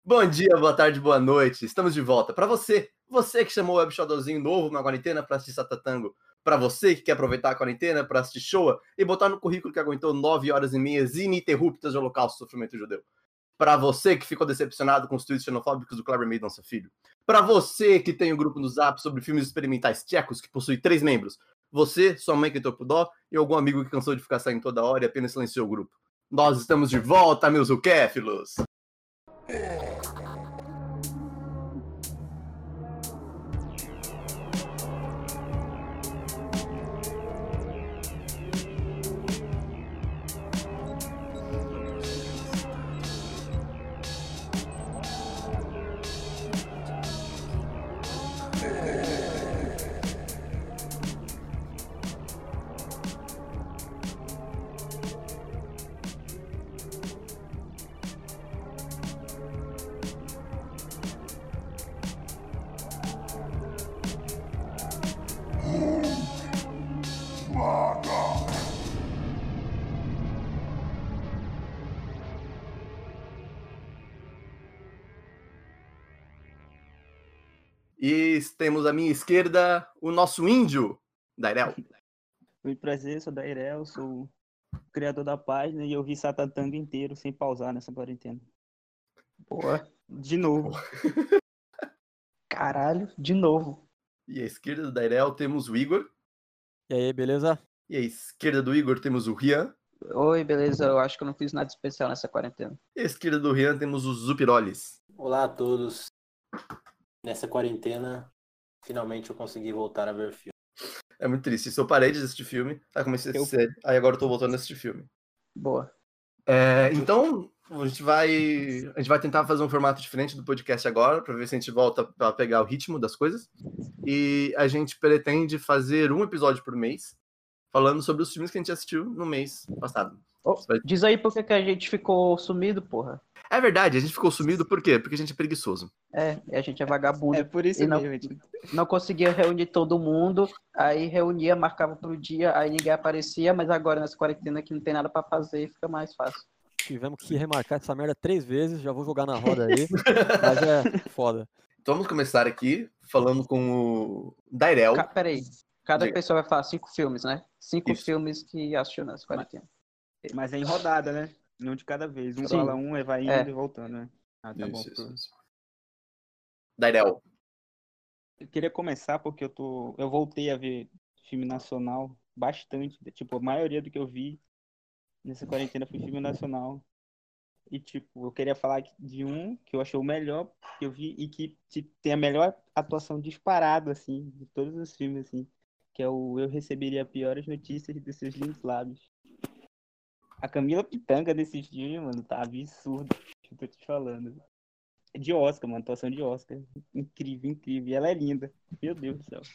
Bom dia, boa tarde, boa noite. Estamos de volta. Para você que chamou o Web Shadowzinho novo na quarentena para assistir Satatango, para você que quer aproveitar a quarentena para assistir Showa e botar no currículo que aguentou 9 horas e meia ininterruptas de holocausto e sofrimento judeu. Para você que ficou decepcionado com os tweets xenofóbicos do Cleber Mendonça Filho. Para você que tem um grupo no Zap sobre filmes experimentais tchecos que possui 3 membros. Você, sua mãe que entrou pro dó e algum amigo que cansou de ficar saindo toda hora e apenas silenciou o grupo. Nós estamos de volta, meus ukéfilos! E temos à minha esquerda o nosso índio, Dairel. Muito prazer, sou Dairel, sou o criador da página e eu vi Satatango inteiro sem pausar nessa quarentena. Boa. De novo. Caralho, de novo. E à esquerda do Dairel temos o Igor. E aí, beleza? E à esquerda do Igor temos o Rian. Oi, beleza, eu acho que eu não fiz nada especial nessa quarentena. E à esquerda do Rian temos os Zupiroles. Olá a todos. Nessa quarentena, finalmente eu consegui voltar a ver filme. É muito triste. Isso eu parei de assistir filme, aí comecei a assistir série, aí agora eu tô voltando a assistir filme. Boa. Então, a gente vai tentar fazer um formato diferente do podcast agora, pra ver se a gente volta pra pegar o ritmo das coisas. E a gente pretende fazer um episódio por mês, falando sobre os filmes que a gente assistiu no mês passado. Diz aí por que a gente ficou sumido, porra. É verdade, a gente ficou sumido por quê? Porque a gente é preguiçoso. A gente é vagabundo. É por isso e não, mesmo. não conseguia reunir todo mundo, aí reunia, marcava pro dia, aí ninguém aparecia, mas agora nessa quarentena que não tem nada pra fazer, fica mais fácil. Tivemos que remarcar essa merda 3 vezes, já vou jogar na roda aí, mas é foda. Então vamos começar aqui falando com o Dairel. Peraí, cada Diga. pessoa vai falar 5 filmes, né? 5 Isso. filmes que assistiu nessa quarentena. Mas é em rodada, né? Não de cada vez. Um fala um, vai indo e voltando, né? Ah, tá bom. Isso. Dairel. Eu queria começar porque eu voltei a ver filme nacional bastante. Tipo, a maioria do que eu vi nessa quarentena foi filme nacional. E, tipo, eu queria falar de um que eu achei o melhor que eu vi e que tipo, tem a melhor atuação disparada, assim, de todos os filmes, assim. Que é o Eu Receberia Piores Notícias dos Seus Lindos Lábios. A Camila Pitanga desse filme, mano, tá absurdo. Eu tô te falando. É de Oscar, mano. Atuação de Oscar. Incrível, incrível. E ela é linda. Meu Deus do céu.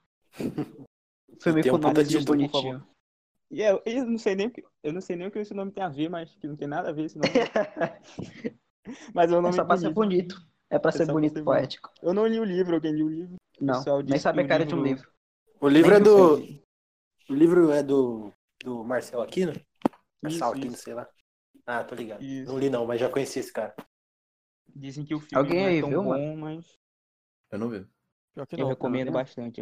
Filme Tem com um puta nomezinho título, por bonitinho. E eu não sei nem o que esse nome tem a ver, mas que não tem nada a ver esse nome. Mas é um É nome só pra ser bonito. É pra ser só pra bonito ser e poético. Eu não li o livro, alguém li o livro. Não, pessoal nem disse sabe a que o cara de um livro. O livro Nem é do. sei. O livro é do Marcel Aquino? Marcel Isso, Aquino, isso. sei lá. Ah, tô ligado. Isso. Não li não, mas já conheci esse cara. Dizem que o filme Alguém não é aí tão viu, bom, mas Eu não vi. Pior que eu não. recomendo viu? bastante,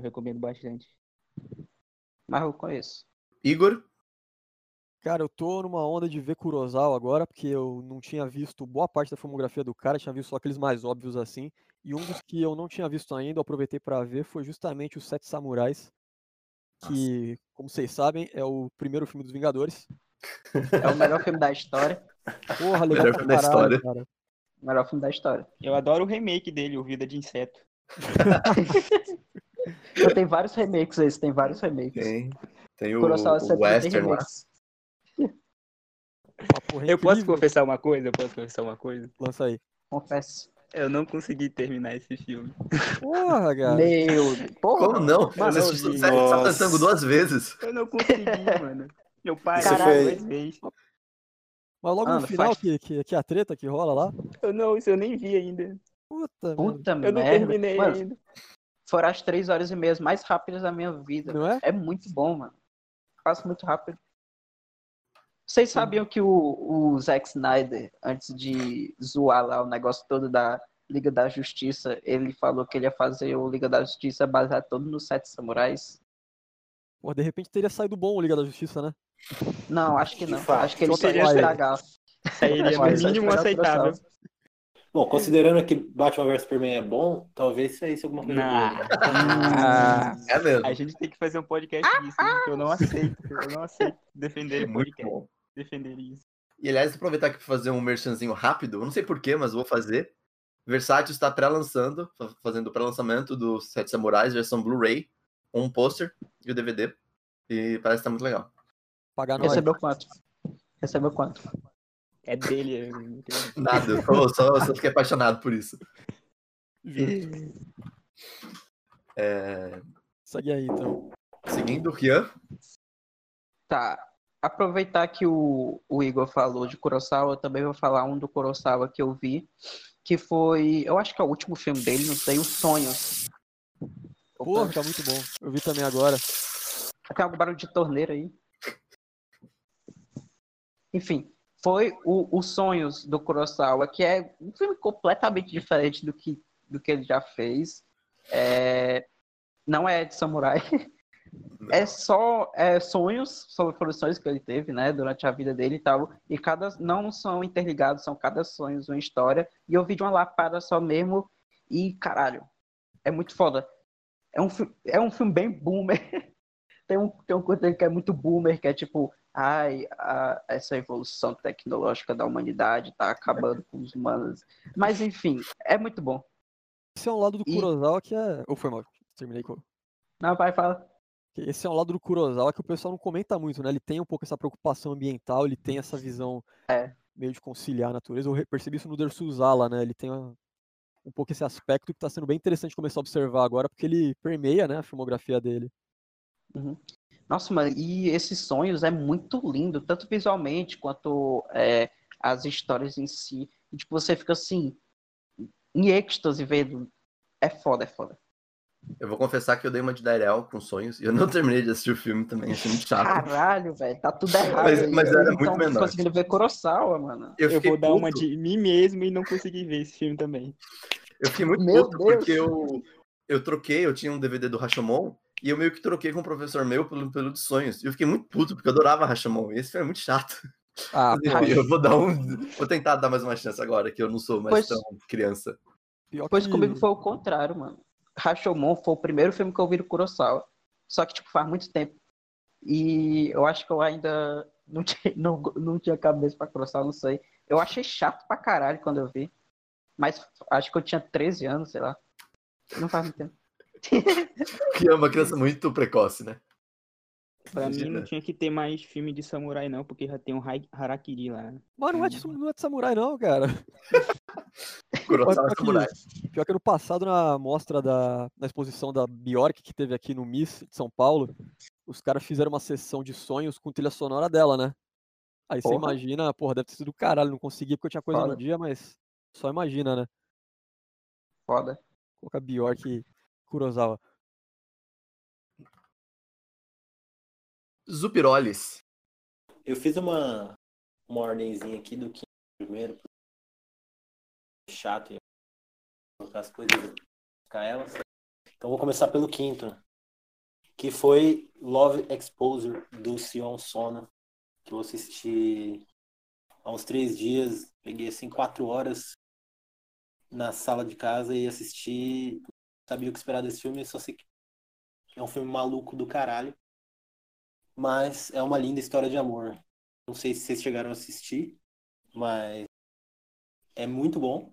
Mas eu conheço. Igor. Cara, eu tô numa onda de ver Kurosawa agora, porque eu não tinha visto boa parte da filmografia do cara, tinha visto só aqueles mais óbvios assim. E um dos que eu não tinha visto ainda, eu aproveitei pra ver, foi justamente Os Sete Samurais, que, como vocês sabem, é o primeiro filme dos Vingadores. É o melhor filme da história. Porra, legal Melhor pra filme da caralho, história. cara. O melhor filme da história. eu adoro o remake dele, o Vida de Inseto. Então, tem vários remakes esse, tem vários remakes. Tem o Kurosawa sempre tem Western lá. remakes. Uma porra Eu posso incrível. confessar uma coisa? Lança aí. Confesso. Eu não consegui terminar esse filme. Porra, cara. Meu... Porra. Como não? Mano, Você eu assistiu vi. Satatango 2 vezes. Eu não consegui, mano. Eu parei Você foi- 2 vezes. Mas logo no Mano, final, faz- que a treta que rola lá. Isso eu nem vi ainda. Puta, merda. Puta Eu não merda. terminei Mano, ainda. foram as 3 horas e meia mais rápidas da minha vida. Não é? É muito bom, mano. Passa muito rápido. Vocês sabiam que o Zack Snyder, antes de zoar lá o negócio todo da Liga da Justiça, ele falou que ele ia fazer o Liga da Justiça baseado todo nos Sete Samurais? Pô, de repente teria saído bom o Liga da Justiça, né? Não, acho que De não. fato. Acho que ele Jota só ia Wilder. estragar. Sairia no Acho que ele só ia mínimo estragar o aceitável. Kurosawa. Bom, considerando que Batman vs Superman é bom, talvez saísse alguma coisa boa. Nah. Né? É mesmo. A gente tem que fazer um podcast disso, hein? Que eu não aceito. Eu não aceito defender Muito podcast. bom. Defender isso. E aliás, aproveitar aqui para fazer um merchanzinho rápido. Eu não sei porquê, mas vou fazer. Versátil está pré-lançando, fazendo o pré-lançamento do Sete Samurais, versão Blu-ray, um pôster e o DVD. E parece que tá muito legal. Pagar nós. Recebeu quanto? Recebeu quanto? É dele. Eu não tenho- Nada, eu só fiquei apaixonado por isso. Segue aí, então. Seguindo o Rian, Tá. Aproveitar que o Igor falou de Kurosawa, eu também vou falar um do Kurosawa que eu vi, que foi, eu acho que é o último filme dele, não sei, Os Sonhos. Porra, tá muito bom. Eu vi também agora. Tem algum barulho de torneira aí? Enfim, foi Os Sonhos do Kurosawa, que é um filme completamente diferente do que ele já fez. Não é de samurai. É só sonhos, foram sonhos que ele teve, né, durante a vida dele e tal. E não são interligados, são cada sonho uma história. E eu vi de uma lapada só mesmo. E, caralho, é muito foda. É um filme bem boomer. Tem um coisa dele que é muito boomer, que é tipo, essa evolução tecnológica da humanidade tá acabando com os humanos. Mas, enfim, é muito bom. Esse é um lado do Kurosawa que é... Ou foi mal, terminei com... Não, vai, fala. Esse é um lado do Kurosawa que o pessoal não comenta muito, né? Ele tem um pouco essa preocupação ambiental, ele tem essa visão meio de conciliar a natureza. Eu percebi isso no Dersu-Uzala, né? Ele tem um pouco esse aspecto que está sendo bem interessante começar a observar agora, porque ele permeia, né, a filmografia dele. Uhum. Nossa, mano, e esses sonhos é muito lindo, tanto visualmente quanto as histórias em si. E, tipo, você fica assim, em êxtase vendo. É foda, é foda. eu vou confessar que eu dei uma de Dairel com sonhos e eu não terminei de assistir o filme também, achei muito chato. Caralho, velho, tá tudo errado. Mas aí. era Eles muito não menor. conseguindo ver Kurosawa, mano. Eu Eu fiquei vou dar uma puto. de mim mesmo e não consegui ver esse filme também. Eu fiquei muito Meu puto Deus. porque eu troquei, eu tinha um DVD do Rashomon e eu meio que troquei com um professor meu pelo de sonhos. E eu fiquei muito puto porque eu adorava Rashomon. E esse filme é muito chato. Ah, Mas, enfim, eu vou tentar dar mais uma chance agora, que eu não sou mais tão criança. Pois comigo foi o contrário, mano. Rashomon foi o primeiro filme que eu vi do Kurosawa. Só que, tipo, faz muito tempo. E eu acho que eu ainda não tinha cabeça pra Kurosawa, não sei. Eu achei chato pra caralho quando eu vi. Mas acho que eu tinha 13 anos, sei lá. Não faz muito tempo. Que é uma criança muito precoce, né? Pra mim Imagina. não tinha que ter mais filme de samurai não, porque já tem um Harakiri lá. Mas não é de samurai não, cara. Kurosawa Pior Samurai. Pior que ano passado, na mostra na exposição da Bjork, que teve aqui no MIS de São Paulo, os caras fizeram uma sessão de sonhos com trilha sonora dela, né? Aí você Porra. imagina, porra, deve ter sido do caralho, não consegui porque eu tinha coisa Foda. no dia, mas só imagina, né? Foda. Colocar Bjork e Kurosawa. Zupiroles. Eu fiz uma ordemzinha aqui do que primeiro. Chato e colocar as coisas, colocar elas. Então vou começar pelo quinto, que foi Love Exposure do Sion Sono, que eu assisti há uns 3 dias. Peguei assim 4 horas na sala de casa e assisti. Não sabia o que esperar desse filme, só sei que é um filme maluco do caralho. Mas é uma linda história de amor. Não sei se vocês chegaram a assistir, mas é muito bom.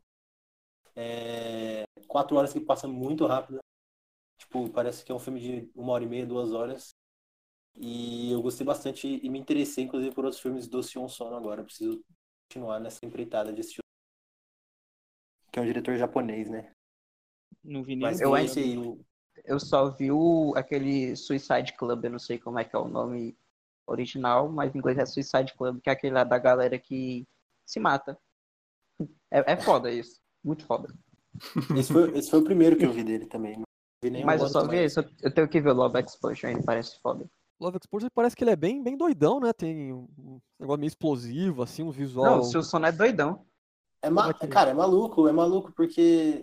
4 horas que passam muito rápido. Tipo, parece que é um filme de 1h30, 2 horas. E eu gostei bastante e me interessei, inclusive, por outros filmes do Sion Sono agora. Preciso continuar nessa empreitada de assistir. Que é um diretor japonês, né? Não vi nem Mas eu o ainda- esse aí, Eu só vi aquele Suicide Club, eu não sei como é que é o nome original, mas em inglês é Suicide Club, que é aquele lá da galera que se mata. É foda isso. Muito foda. esse foi o primeiro que eu vi dele também. Não vi nenhum Mas eu outro, só vi isso. Eu tenho que ver o Love Explosion, ele parece foda. Love Exposure parece que ele é bem doidão, né? Tem um negócio meio explosivo, assim, um Não, visual. o Silvio Sono é doidão. Como é que... Cara, é maluco porque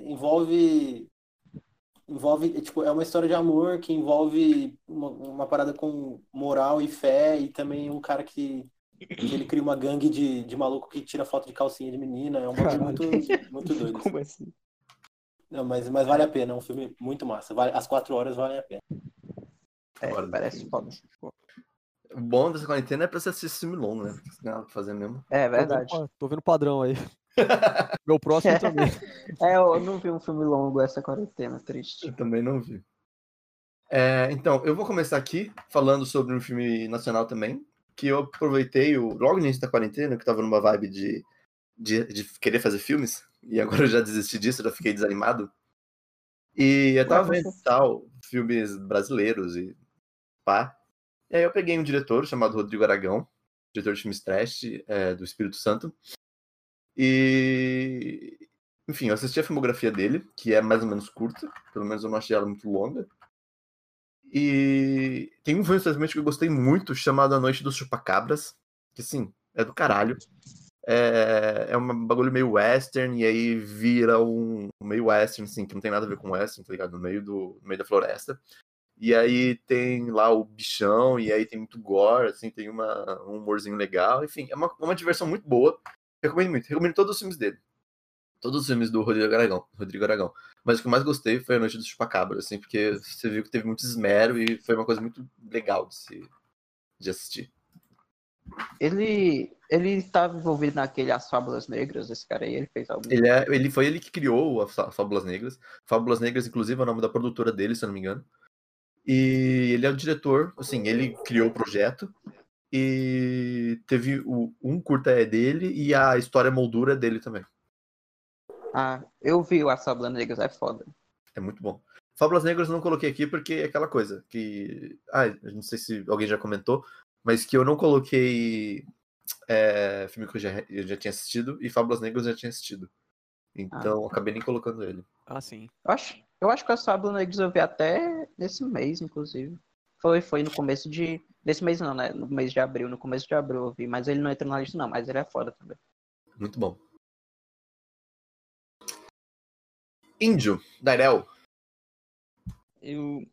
tipo, é uma história de amor que envolve uma parada com moral e fé e também um cara que ele cria uma gangue de maluco que tira foto de calcinha de menina. É um bagulho Caralho. muito doido. Como assim? Não, mas vale a pena, é um filme muito massa. As 4 horas valem a pena. Agora, Parece foda. o bom dessa quarentena é pra você assistir filme longo, né? Porque você não tem nada pra fazer mesmo. É verdade. Tô vendo padrão aí. Meu próximo também. Eu não vi um filme longo essa quarentena, triste. Eu também não vi. Então, eu vou começar aqui falando sobre um filme nacional também, que eu aproveitei logo no início da quarentena, que eu tava numa vibe de querer fazer filmes, e agora eu já desisti disso, já fiquei desanimado. E eu tava vendo tal, filmes brasileiros e pá. E aí eu peguei um diretor chamado Rodrigo Aragão, diretor de filmes trash, do Espírito Santo. E, enfim, eu assisti a filmografia dele, que é mais ou menos curta, pelo menos eu não achei ela muito longa. E tem um filme, infelizmente, que eu gostei muito, chamado A Noite dos Chupacabras, que, sim, é do caralho. É um bagulho meio western, e aí vira um meio western, assim, que não tem nada a ver com western, tá ligado? No meio da floresta. E aí tem lá o bichão, e aí tem muito gore, assim, tem um humorzinho legal. Enfim, é uma diversão muito boa. Recomendo muito. Recomendo todos os filmes dele. Todos os filmes do Rodrigo Aragão. Mas o que eu mais gostei foi A Noite dos Chupacabras, assim, porque você viu que teve muito esmero e foi uma coisa muito legal de assistir. Ele estava envolvido naquele As Fábulas Negras, esse cara aí, ele fez algum. Foi ele que criou as Fábulas Negras. Fábulas Negras, inclusive, é o nome da produtora dele, se eu não me engano. E ele é o diretor, assim, ele criou o projeto e teve um curta dele e a história moldura dele também. Eu vi o As Fábulas Negras, é foda. É muito bom. Fábulas Negras eu não coloquei aqui porque é aquela coisa que... eu não sei se alguém já comentou, mas que eu não coloquei filme que eu já tinha assistido e Fábulas Negras eu já tinha assistido. Então acabei nem colocando ele. Ah, sim. Eu acho que As Fábulas Negras eu vi até nesse mês, inclusive. Foi no começo de... Desse mês não, né? No mês de abril. No começo de abril eu vi. Mas ele não entra na lista não, mas ele é foda também. Muito bom. Índio, Dairel. Eu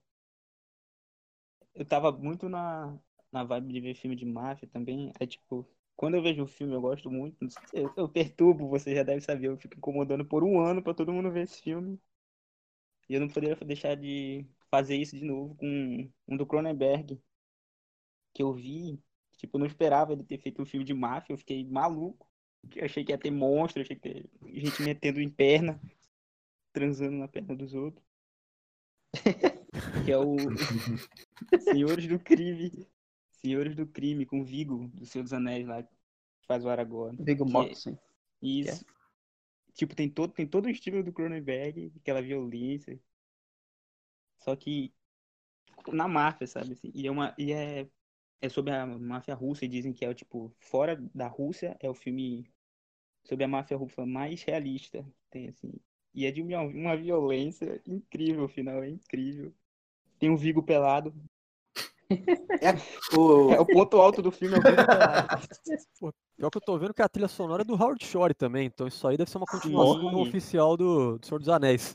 tava muito na vibe de ver filme de máfia também. É tipo, quando eu vejo o filme, eu gosto muito. Eu perturbo, você já deve saber. Eu fico incomodando por um ano pra todo mundo ver esse filme. E eu não poderia deixar de fazer isso de novo com um do Cronenberg, que eu vi. Tipo, eu não esperava ele ter feito um filme de máfia. Eu fiquei maluco. Eu achei que ia ter monstro, achei que ia ter gente metendo em perna, transando na perna dos outros. Que é o Senhores do Crime. Senhores do Crime, com Viggo, do Senhor dos Anéis lá, que faz o Aragorn. Viggo Mortensen. Isso. Tipo, tem todo o estilo do Cronenberg, aquela violência. Só que na máfia, sabe? Assim, é sobre a máfia russa e dizem que é, tipo, fora da Rússia, é o filme sobre a máfia russa mais realista que tem, assim. E é de uma violência incrível, o final é incrível. Tem o Viggo pelado. O ponto alto do filme é o Viggo pelado. Pô, pior que eu tô vendo que a trilha sonora é do Howard Shore também, então isso aí deve ser uma continuação Sim. no oficial do Senhor dos Anéis.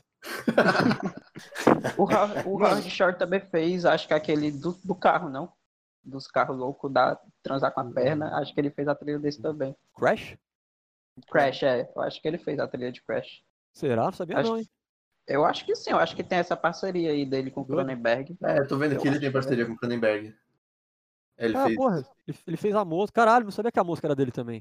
O Howard Shore também fez, acho que aquele do carro, não? Dos carros loucos, transar com a perna. Acho que ele fez a trilha desse também. Crash? Crash, eu acho que ele fez a trilha de Crash. Será? Não sabia não, hein? Eu acho que sim, eu acho que tem essa parceria aí dele com o Doido. Cronenberg. Eu tô vendo que ele tem parceria com o Cronenberg. Ele fez... Porra, ele fez a música. Caralho, não sabia que a música era dele também.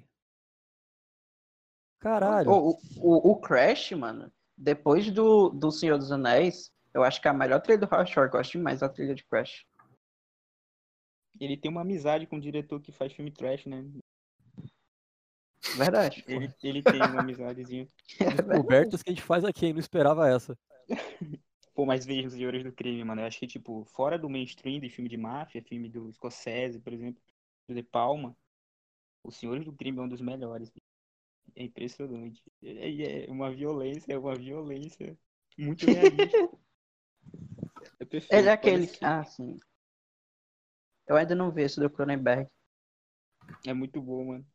Caralho. O Crash, mano, depois do Senhor dos Anéis, eu acho que é a melhor trilha do Howard Shore. Eu gosto demais da trilha de Crash. Ele tem uma amizade com o diretor que faz filme trash, né? Verdade. Ele tem uma amizadezinha. Descobertas que a gente faz aqui, hein? Não esperava essa. Pô, mas veja os Senhores do Crime, mano. Eu acho que, tipo, fora do mainstream de filme de máfia, filme do Scorsese, por exemplo, do De Palma, os Senhores do Crime é um dos melhores. É impressionante. É uma violência muito realista. É perfeito. Ele é aquele... Parece que- Ah, sim. Eu ainda não vi esse do Cronenberg. É muito bom, mano.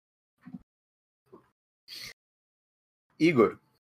Igor.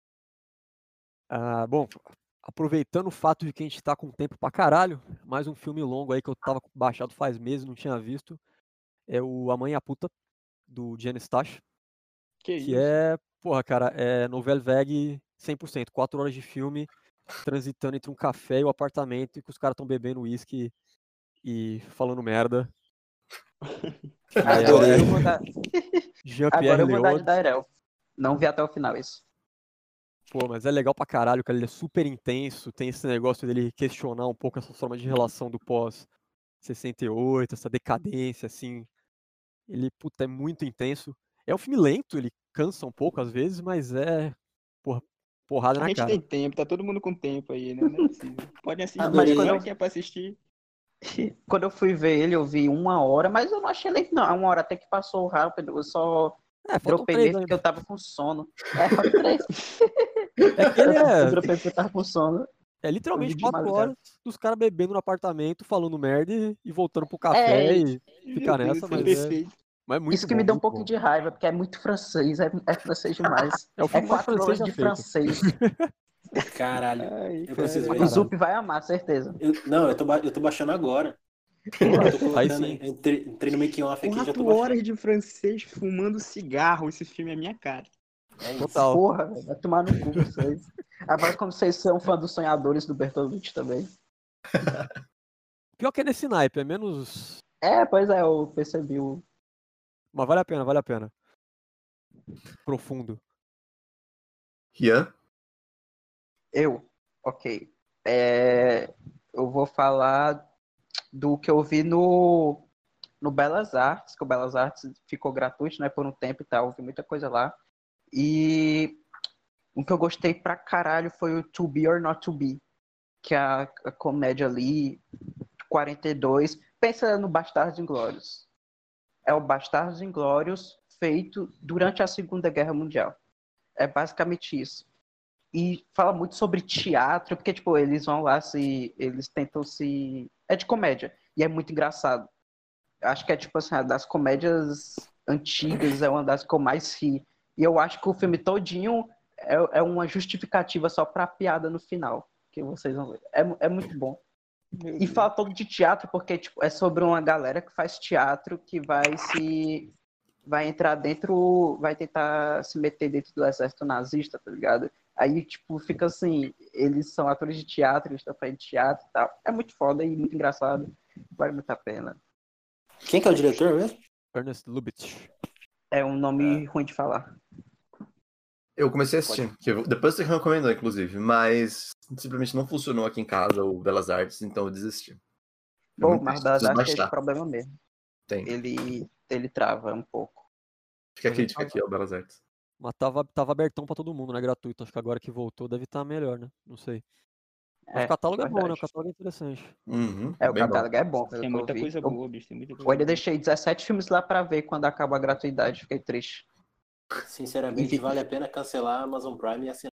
Bom, aproveitando o fato de que a gente tá com tempo pra caralho, mais um filme longo aí que eu tava baixado faz meses, não tinha visto, é o A Mãe e a Puta, do Jen Stash, Que que isso? é, porra, cara, é novela vague 100%, 4 horas de filme, transitando entre um café e o apartamento, e que os caras tão bebendo uísque e falando merda. Que é Agora Adorei. eu vou dar, Jean-Pierre dar de Léaud. Dairel. Não vi até o final isso. Pô, mas é legal pra caralho, cara. Ele é super intenso. Tem esse negócio dele questionar um pouco essa forma de relação do pós-68, essa decadência, assim. Ele, puta, é muito intenso. É um filme lento, ele cansa um pouco às vezes, mas porra, porrada A na gente cara. tem tempo, tá todo mundo com tempo aí, né? Não é possível. Podem assistir. Mas Adorei. quando Agora eu, que é pra assistir. quando eu fui ver ele, eu vi 1 hora, mas eu não achei lento, não. 1 hora até que passou rápido. Eu só Faltam dropei 3 mesmo porque ainda. eu tava com sono. Falta 3. É que ele Eu dropei porque eu tava com sono. é Eu vi literalmente de 4 madrugada. horas dos caras bebendo no apartamento, falando merda e voltando pro café É, e Meu ficar Deus, nessa, isso é mas perfeito. mas é muito isso que me bom, deu um muito pouco bom. de raiva, porque é muito francês, é francês demais. É o É filme mais 4 francês horas já de feito. francês. Caralho. Ai, Eu Francês preciso pra ver O isso. caralho. Zup vai amar, certeza. Não, eu tô baixando agora. Porra, Eu tô Aí colocando. sim. Entrei no making off aqui e já tô 4 baixando. horas de francês fumando cigarro. Esse filme é minha cara. É isso. Total. porra, velho, vai tomar no cu vocês. Agora, como vocês são fã dos Sonhadores do Bertolucci também. Pior que é nesse naipe, é menos. Pois é, eu percebi o. Mas vale a pena, vale a pena. Profundo. Rian. Ok. Eu vou falar do que eu vi no Belas Artes, que o Belas Artes ficou gratuito, né, por um tempo e tal, eu vi muita coisa lá. E o que eu gostei pra caralho foi o To Be or Not To Be, que é a comédia ali, 42. Pensa no Bastardos Inglórios. É o Bastardos Inglórios feito durante a Segunda Guerra Mundial. É basicamente isso. E fala muito sobre teatro, porque, tipo, eles vão lá eles tentam se... É de comédia. E é muito engraçado. Acho que é, tipo assim, das comédias antigas, é uma das que eu mais ri. E eu acho que o filme todinho é uma justificativa só pra piada no final. Que vocês vão ver. É muito bom. Meu E Deus. fala todo de teatro, porque, tipo, é sobre uma galera que faz teatro que vai entrar dentro, vai tentar se meter dentro do exército nazista, tá ligado? Aí, tipo, fica assim, eles são atores de teatro, eles estão fazendo teatro e tal. É muito foda e muito engraçado. Vale muito a pena. Quem que é o diretor mesmo? Ernest Lubitsch. É um nome ruim de falar. Eu comecei a assistir, depois você recomendou, inclusive, mas simplesmente não funcionou aqui em casa o Belas Artes, então eu desisti. É Pô, muito mas triste, preciso acho que é esse baixar. problema mesmo. Tem. Ele trava um pouco. Fica a Mas ele crítica aqui ao Belas Artes. Mas tava abertão pra todo mundo, né? Gratuito. Acho que agora que voltou deve estar melhor, né? Não sei. Mas o catálogo é bom, né? O verdade. catálogo é interessante. Uhum, O bem bom. catálogo é bom, pelo Tem que eu muita vi. coisa boa, bicho. Tem muita Eu coisa ainda boa. deixei 17 filmes lá pra ver quando acaba a gratuidade. Fiquei triste. Sinceramente, Enfim. vale a pena cancelar a Amazon Prime e assinar.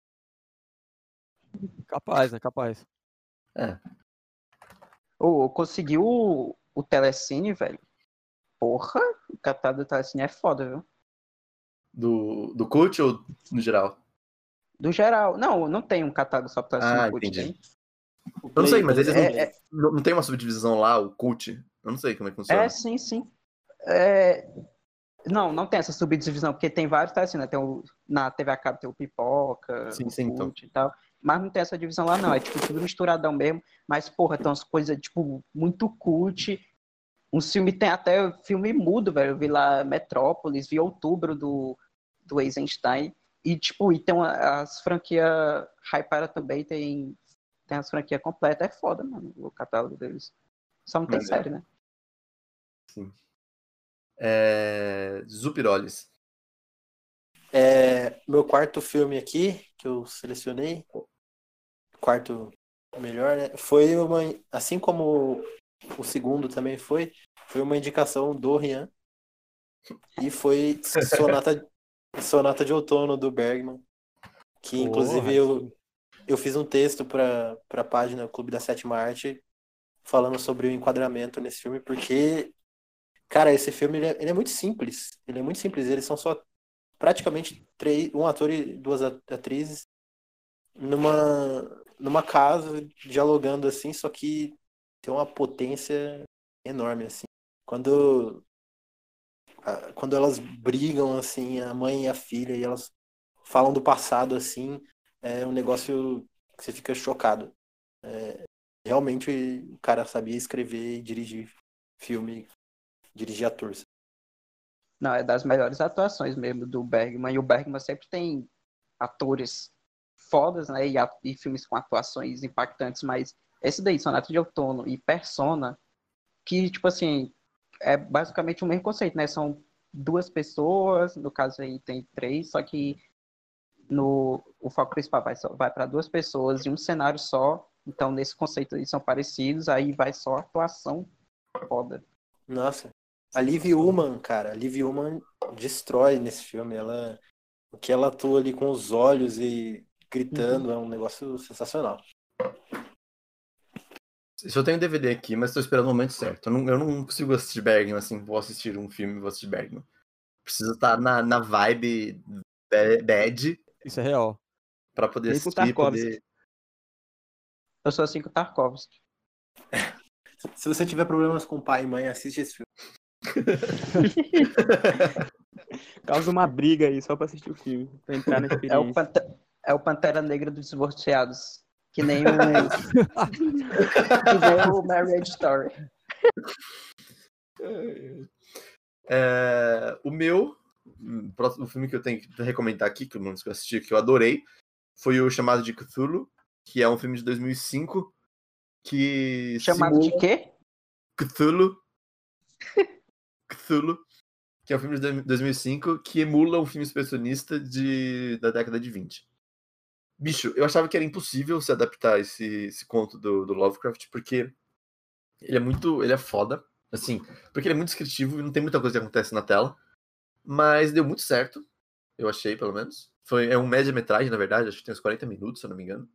Capaz, né? Capaz. É. Eu consegui o Telecine, velho. Porra, o catálogo do Telecine é foda, viu? Do Cult ou no geral? Do geral. Não tem um catálogo só pro Telecine Ah, Cult, entendi. tem? O Eu não sei, mas Play eles também. não tem uma subdivisão lá, o Cult? Eu não sei como é que funciona. Sim. Não tem essa subdivisão, porque tem vários Telecine, né? Na TV a cabo tem o Pipoca, Sim, o então. Cult e tal. Mas não tem essa divisão lá, não. É tipo tudo misturadão mesmo. Mas, porra, tem umas coisas, tipo, muito cult. Um filme tem até filme mudo, velho. Eu vi lá Metrópolis, vi Outubro do Eisenstein. E, tipo, tem as franquias Hypera também, tem as franquias completas. É foda, mano, o catálogo deles. Só não tem Maneiro. série, né? Sim. Zupiroles. Meu quarto filme aqui, que eu selecionei, quarto melhor, né? Foi assim como o segundo também foi uma indicação do Rian. E foi Sonata de Outono, do Bergman. Que, inclusive, Porra, sim. eu fiz um texto para a página Clube da Sétima Arte falando sobre o enquadramento nesse filme, porque, cara, esse filme ele é muito simples. Ele é muito simples. Eles são só praticamente um ator e duas atrizes numa casa dialogando assim, só que tem uma potência enorme assim. Quando quando elas brigam assim, a mãe e a filha, e elas falam do passado assim, é um negócio que você fica chocado. Realmente o cara sabia escrever e dirigir filme, dirigir ator. Não, é das melhores atuações mesmo do Bergman. E o Bergman sempre tem atores fodas, né? E filmes com atuações impactantes, mas esse daí, Sonata de Outono e Persona, que, tipo assim, é basicamente o mesmo conceito, né? São duas pessoas, no caso aí tem três, só que o foco principal vai para duas pessoas em um cenário só. Então, nesse conceito eles são parecidos, aí vai só atuação foda. Nossa, a Liv Ullmann, cara, a Liv Ullmann destrói nesse filme. O que ela atua ali com os olhos e gritando é um negócio sensacional. Se eu tenho DVD aqui, mas estou esperando o momento certo. Eu não consigo assistir Bergman assim, vou assistir um filme e vou assistir Bergman. Preciso estar na vibe bad Isso é real. pra poder Nem com assistir, Tarkovsky. Eu sou assim com o Tarkovsky. Se você tiver problemas com pai e mãe, assiste esse filme. Causa uma briga aí só pra assistir o filme, pra entrar na É o, experiência. é o Pantera Negra dos Divorciados. Que nem o. Que nem o Marriage Story. O filme que eu tenho que recomendar aqui, que eu não assisti, que eu adorei, foi o Chamado de Cthulhu, que é um filme de 2005 que Chamado de quê? Cthulhu, que é um filme de 2005 que emula um filme expressionista da década de 20. Bicho, eu achava que era impossível se adaptar esse conto do Lovecraft, porque ele é foda, assim, porque ele é muito descritivo e não tem muita coisa que acontece na tela, mas deu muito certo, eu achei, pelo menos. É um média-metragem, na verdade, acho que tem uns 40 minutos, se eu não me engano.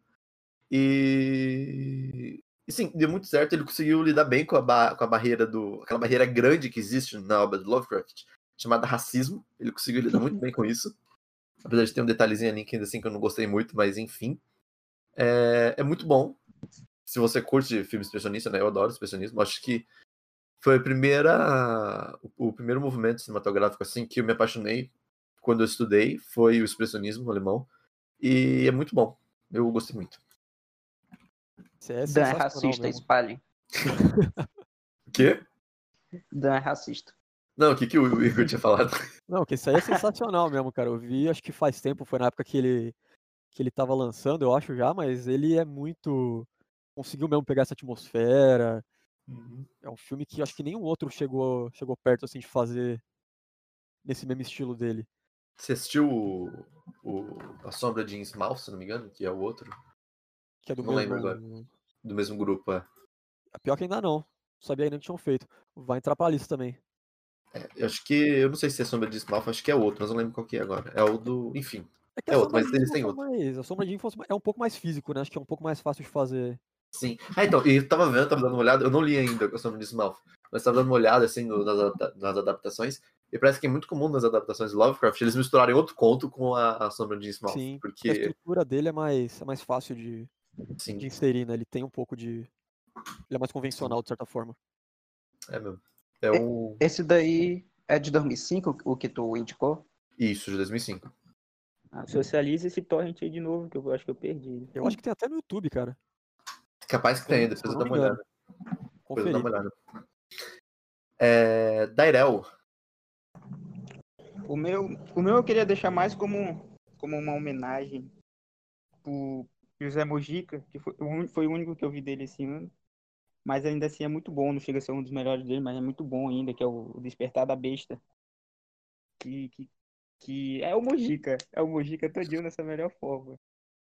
E sim, deu muito certo, ele conseguiu lidar bem com a barreira aquela barreira grande que existe na obra do Lovecraft, chamada racismo. Ele conseguiu lidar muito bem com isso. Apesar de ter um detalhezinho ali que ainda assim que eu não gostei muito, mas enfim. É muito bom. Se você curte filme expressionista, né? Eu adoro expressionismo. Acho que foi o primeiro movimento cinematográfico assim que eu me apaixonei quando eu estudei, foi o expressionismo alemão. E é muito bom. Eu gostei muito. Isso é Dan é sensacional racista, mesmo. espalhem. O quê? Dan é racista. Não, o que o Igor tinha falado? Não, que isso aí é sensacional mesmo, cara. Eu vi, acho que faz tempo, foi na época que ele tava lançando, eu acho já, mas ele é muito. Conseguiu mesmo pegar essa atmosfera. É um filme que acho que nenhum outro chegou perto assim de fazer nesse mesmo estilo dele. Você assistiu A Sombra de Innsmouth, se não me engano, que é o outro? Que é do Não lembro agora. mesmo. Do mesmo grupo, é. Pior que ainda não. Sabia ainda que tinham feito. Vai entrar pra lista também. Eu acho que. Eu não sei se é Sombra de Innsmouth, acho que é outro, mas não lembro qual que é agora. É o do. Enfim. É que É a outro, sombra mas de eles infância têm outro. A sombra de infância é um pouco mais físico, né? Acho que é um pouco mais fácil de fazer. Sim. Então, e eu tava vendo, tava dando uma olhada, eu não li ainda A Sombra de Innsmouth, mas tava dando uma olhada, assim, nas adaptações, e parece que é muito comum nas adaptações de Lovecraft eles misturarem outro conto com a Sombra de Innsmouth, Sim, porque a porque, estrutura dele é mais fácil de sim, inserir, né? Ele tem um pouco de. Ele é mais sim, convencional, de certa forma. é mesmo. É o. Esse daí é de 2005, o que tu indicou? Isso, de 2005. Socializa esse torrent aí de novo, que eu acho que eu perdi. Eu acho que tem até no YouTube, cara. Capaz que Se eu tenha, não, se depois eu eu não dar me uma engano. olhada. Depois eu dar Conferir. uma olhada. Dairel. O meu eu queria deixar mais como uma homenagem pro José Mojica, que foi o único que eu vi dele esse ano. Mas ainda assim é muito bom, não chega a ser um dos melhores dele, mas é muito bom ainda, que é o Despertar da Besta. Que é o Mojica todinho nessa melhor forma.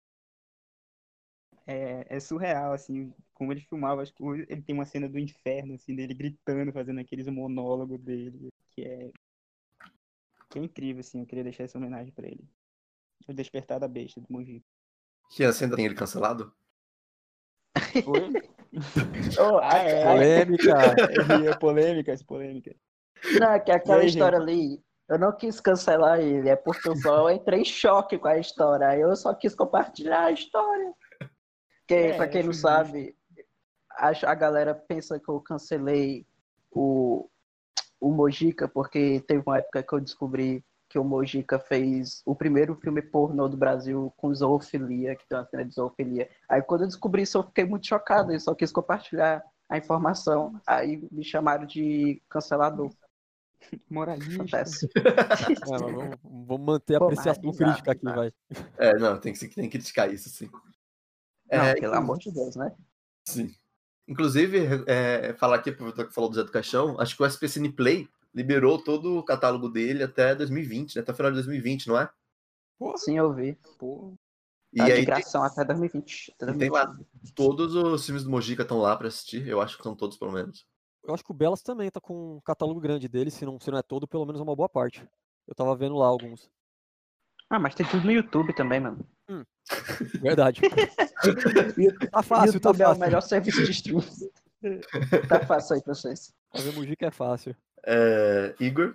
É surreal, assim, como ele filmava. Acho que ele tem uma cena do inferno, assim, dele gritando, fazendo aqueles monólogos dele, que é incrível, assim. Eu queria deixar essa homenagem pra ele. O Despertar da Besta, do Mojica. Que assim ainda tem ele cancelado? Foi? Polêmica. Polêmica. Não, que aquela E aí, história gente? ali, eu não quis cancelar ele, é porque eu só entrei em choque com a história. Aí eu só quis compartilhar a história. Porque, pra quem não acho sabe, a galera pensa que eu cancelei o Mojica, porque teve uma época que eu descobri que o Mojica fez o primeiro filme pornô do Brasil com zoofilia, que tem uma cena de zoofilia. Aí quando eu descobri isso, eu fiquei muito chocado, eu só quis compartilhar a informação. Aí me chamaram de cancelador. Moralista. Acontece. Mas vamos manter a Pô, mas é apreciação bizarro, crítica aqui, bizarro. vai. Não, tem que criticar isso, sim. Não, pelo amor de Deus, né? Sim. Inclusive, falar aqui, aproveitando que falou do Zé do Caixão, acho que o SP Cineplay liberou todo o catálogo dele até 2020, né? Até o final de 2020, não é? Porra. Sim, eu vi. Pô, Tá E de aí gração até 2020. Até e tem lá. 2021. Todos os filmes do Mojica estão lá pra assistir. Eu acho que são todos, pelo menos. Eu acho que o Belas também tá com um catálogo grande dele, se não é todo, pelo menos uma boa parte. Eu tava vendo lá alguns. Ah, mas tem tudo no YouTube também, mano. Verdade. Tá fácil, YouTube tá é o fácil. melhor serviço de streaming. Tá fácil aí pra vocês. Fazer Mujica é fácil. Igor,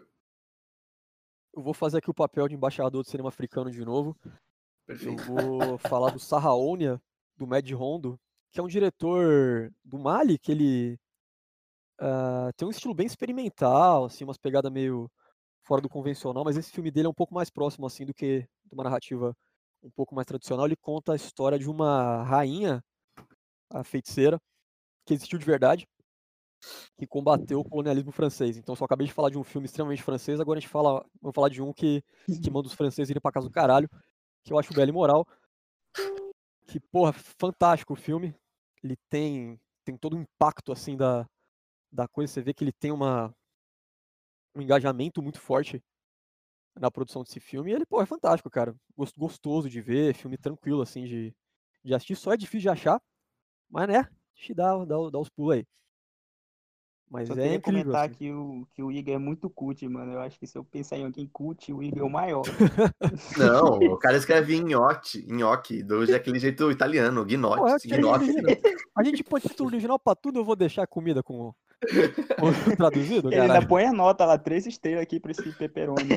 Eu vou fazer aqui o papel de embaixador do cinema africano de novo. Eu perfeito. vou falar do Sarraonia, do Mad Hondo, que é um diretor do Mali, que ele tem um estilo bem experimental, assim, umas pegadas meio fora do convencional, mas esse filme dele é um pouco mais próximo, assim, do que de uma narrativa um pouco mais tradicional. Ele conta a história de uma rainha, a feiticeira, que existiu de verdade, que combateu o colonialismo francês. Então, só acabei de falar de um filme extremamente francês, agora vamos falar de um que manda os franceses irem pra casa do caralho, que eu acho belo e moral. Que, porra, fantástico o filme. Ele tem todo o impacto, assim, da coisa. Você vê que ele tem um engajamento muito forte na produção desse filme. E ele, pô, é fantástico, cara. Gostoso de ver, filme tranquilo, assim, de assistir. Só é difícil de achar, mas, né, te dá os pulos aí. Mas só é queria incrível, comentar assim. que o Igor é muito cult, mano. Eu acho que se eu pensar em alguém cult, o Igor é o maior. Não, o cara escreve nhoque, daquele jeito italiano, Pô, gnocchi, imagina. A gente põe título original pra tudo, eu vou deixar comida com traduzido, Ele ainda caralho. põe a nota lá, 3 estrelas aqui pra esse pepperoni.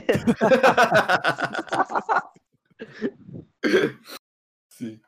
Sim.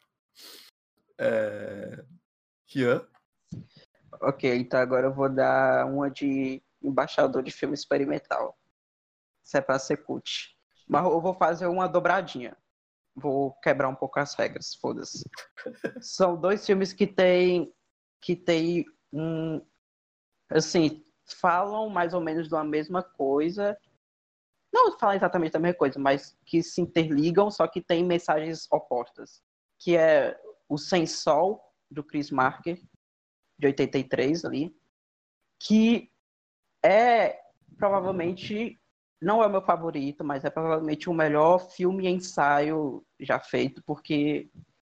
Rian? Ok, então agora eu vou dar uma de embaixador de filme experimental. Isso é pra ser cult. Mas eu vou fazer uma dobradinha. Vou quebrar um pouco as regras, foda-se. São dois filmes que tem um... Assim, falam mais ou menos de uma mesma coisa. Não falam exatamente da mesma coisa, mas que se interligam, só que tem mensagens opostas. Que é o Sem Sol, do Chris Marker, de 83 ali, que é provavelmente, não é o meu favorito, mas é provavelmente o melhor filme e ensaio já feito, porque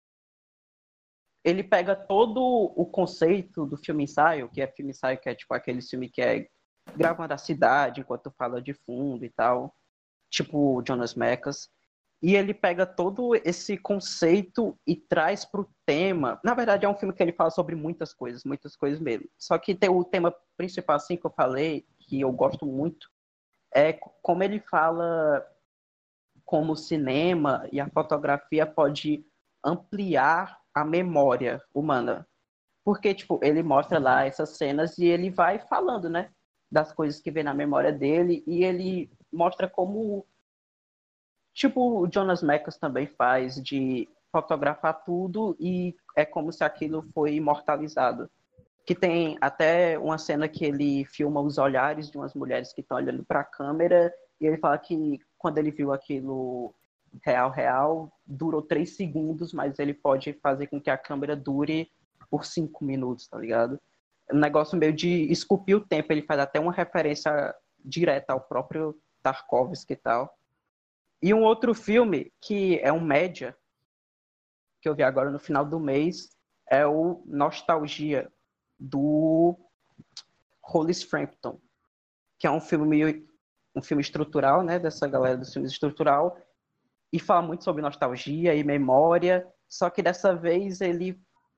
ele pega todo o conceito do filme ensaio, que é filme ensaio, que é tipo aquele filme que é gravando a cidade enquanto fala de fundo e tal, tipo Jonas Mekas. E ele pega todo esse conceito e traz para o tema. Na verdade, é um filme que ele fala sobre muitas coisas mesmo. Só que tem o tema principal, assim, que eu falei, que eu gosto muito, é como ele fala como o cinema e a fotografia pode ampliar a memória humana. Porque, tipo, ele mostra lá essas cenas e ele vai falando, né, das coisas que vê na memória dele, e ele mostra como, tipo, o Jonas Mekas também faz, de fotografar tudo e é como se aquilo foi imortalizado. Que tem até uma cena que ele filma os olhares de umas mulheres que estão olhando para a câmera e ele fala que quando ele viu aquilo real, durou 3 segundos, mas ele pode fazer com que a câmera dure por 5 minutos, tá ligado? É um negócio meio de esculpir o tempo, ele faz até uma referência direta ao próprio Tarkovsky e tal. E um outro filme, que é um média, que eu vi agora no final do mês, é o Nostalgia, do Hollis Frampton, que é um filme estrutural, né, dessa galera dos filmes estrutural, e fala muito sobre nostalgia e memória, só que dessa vez ele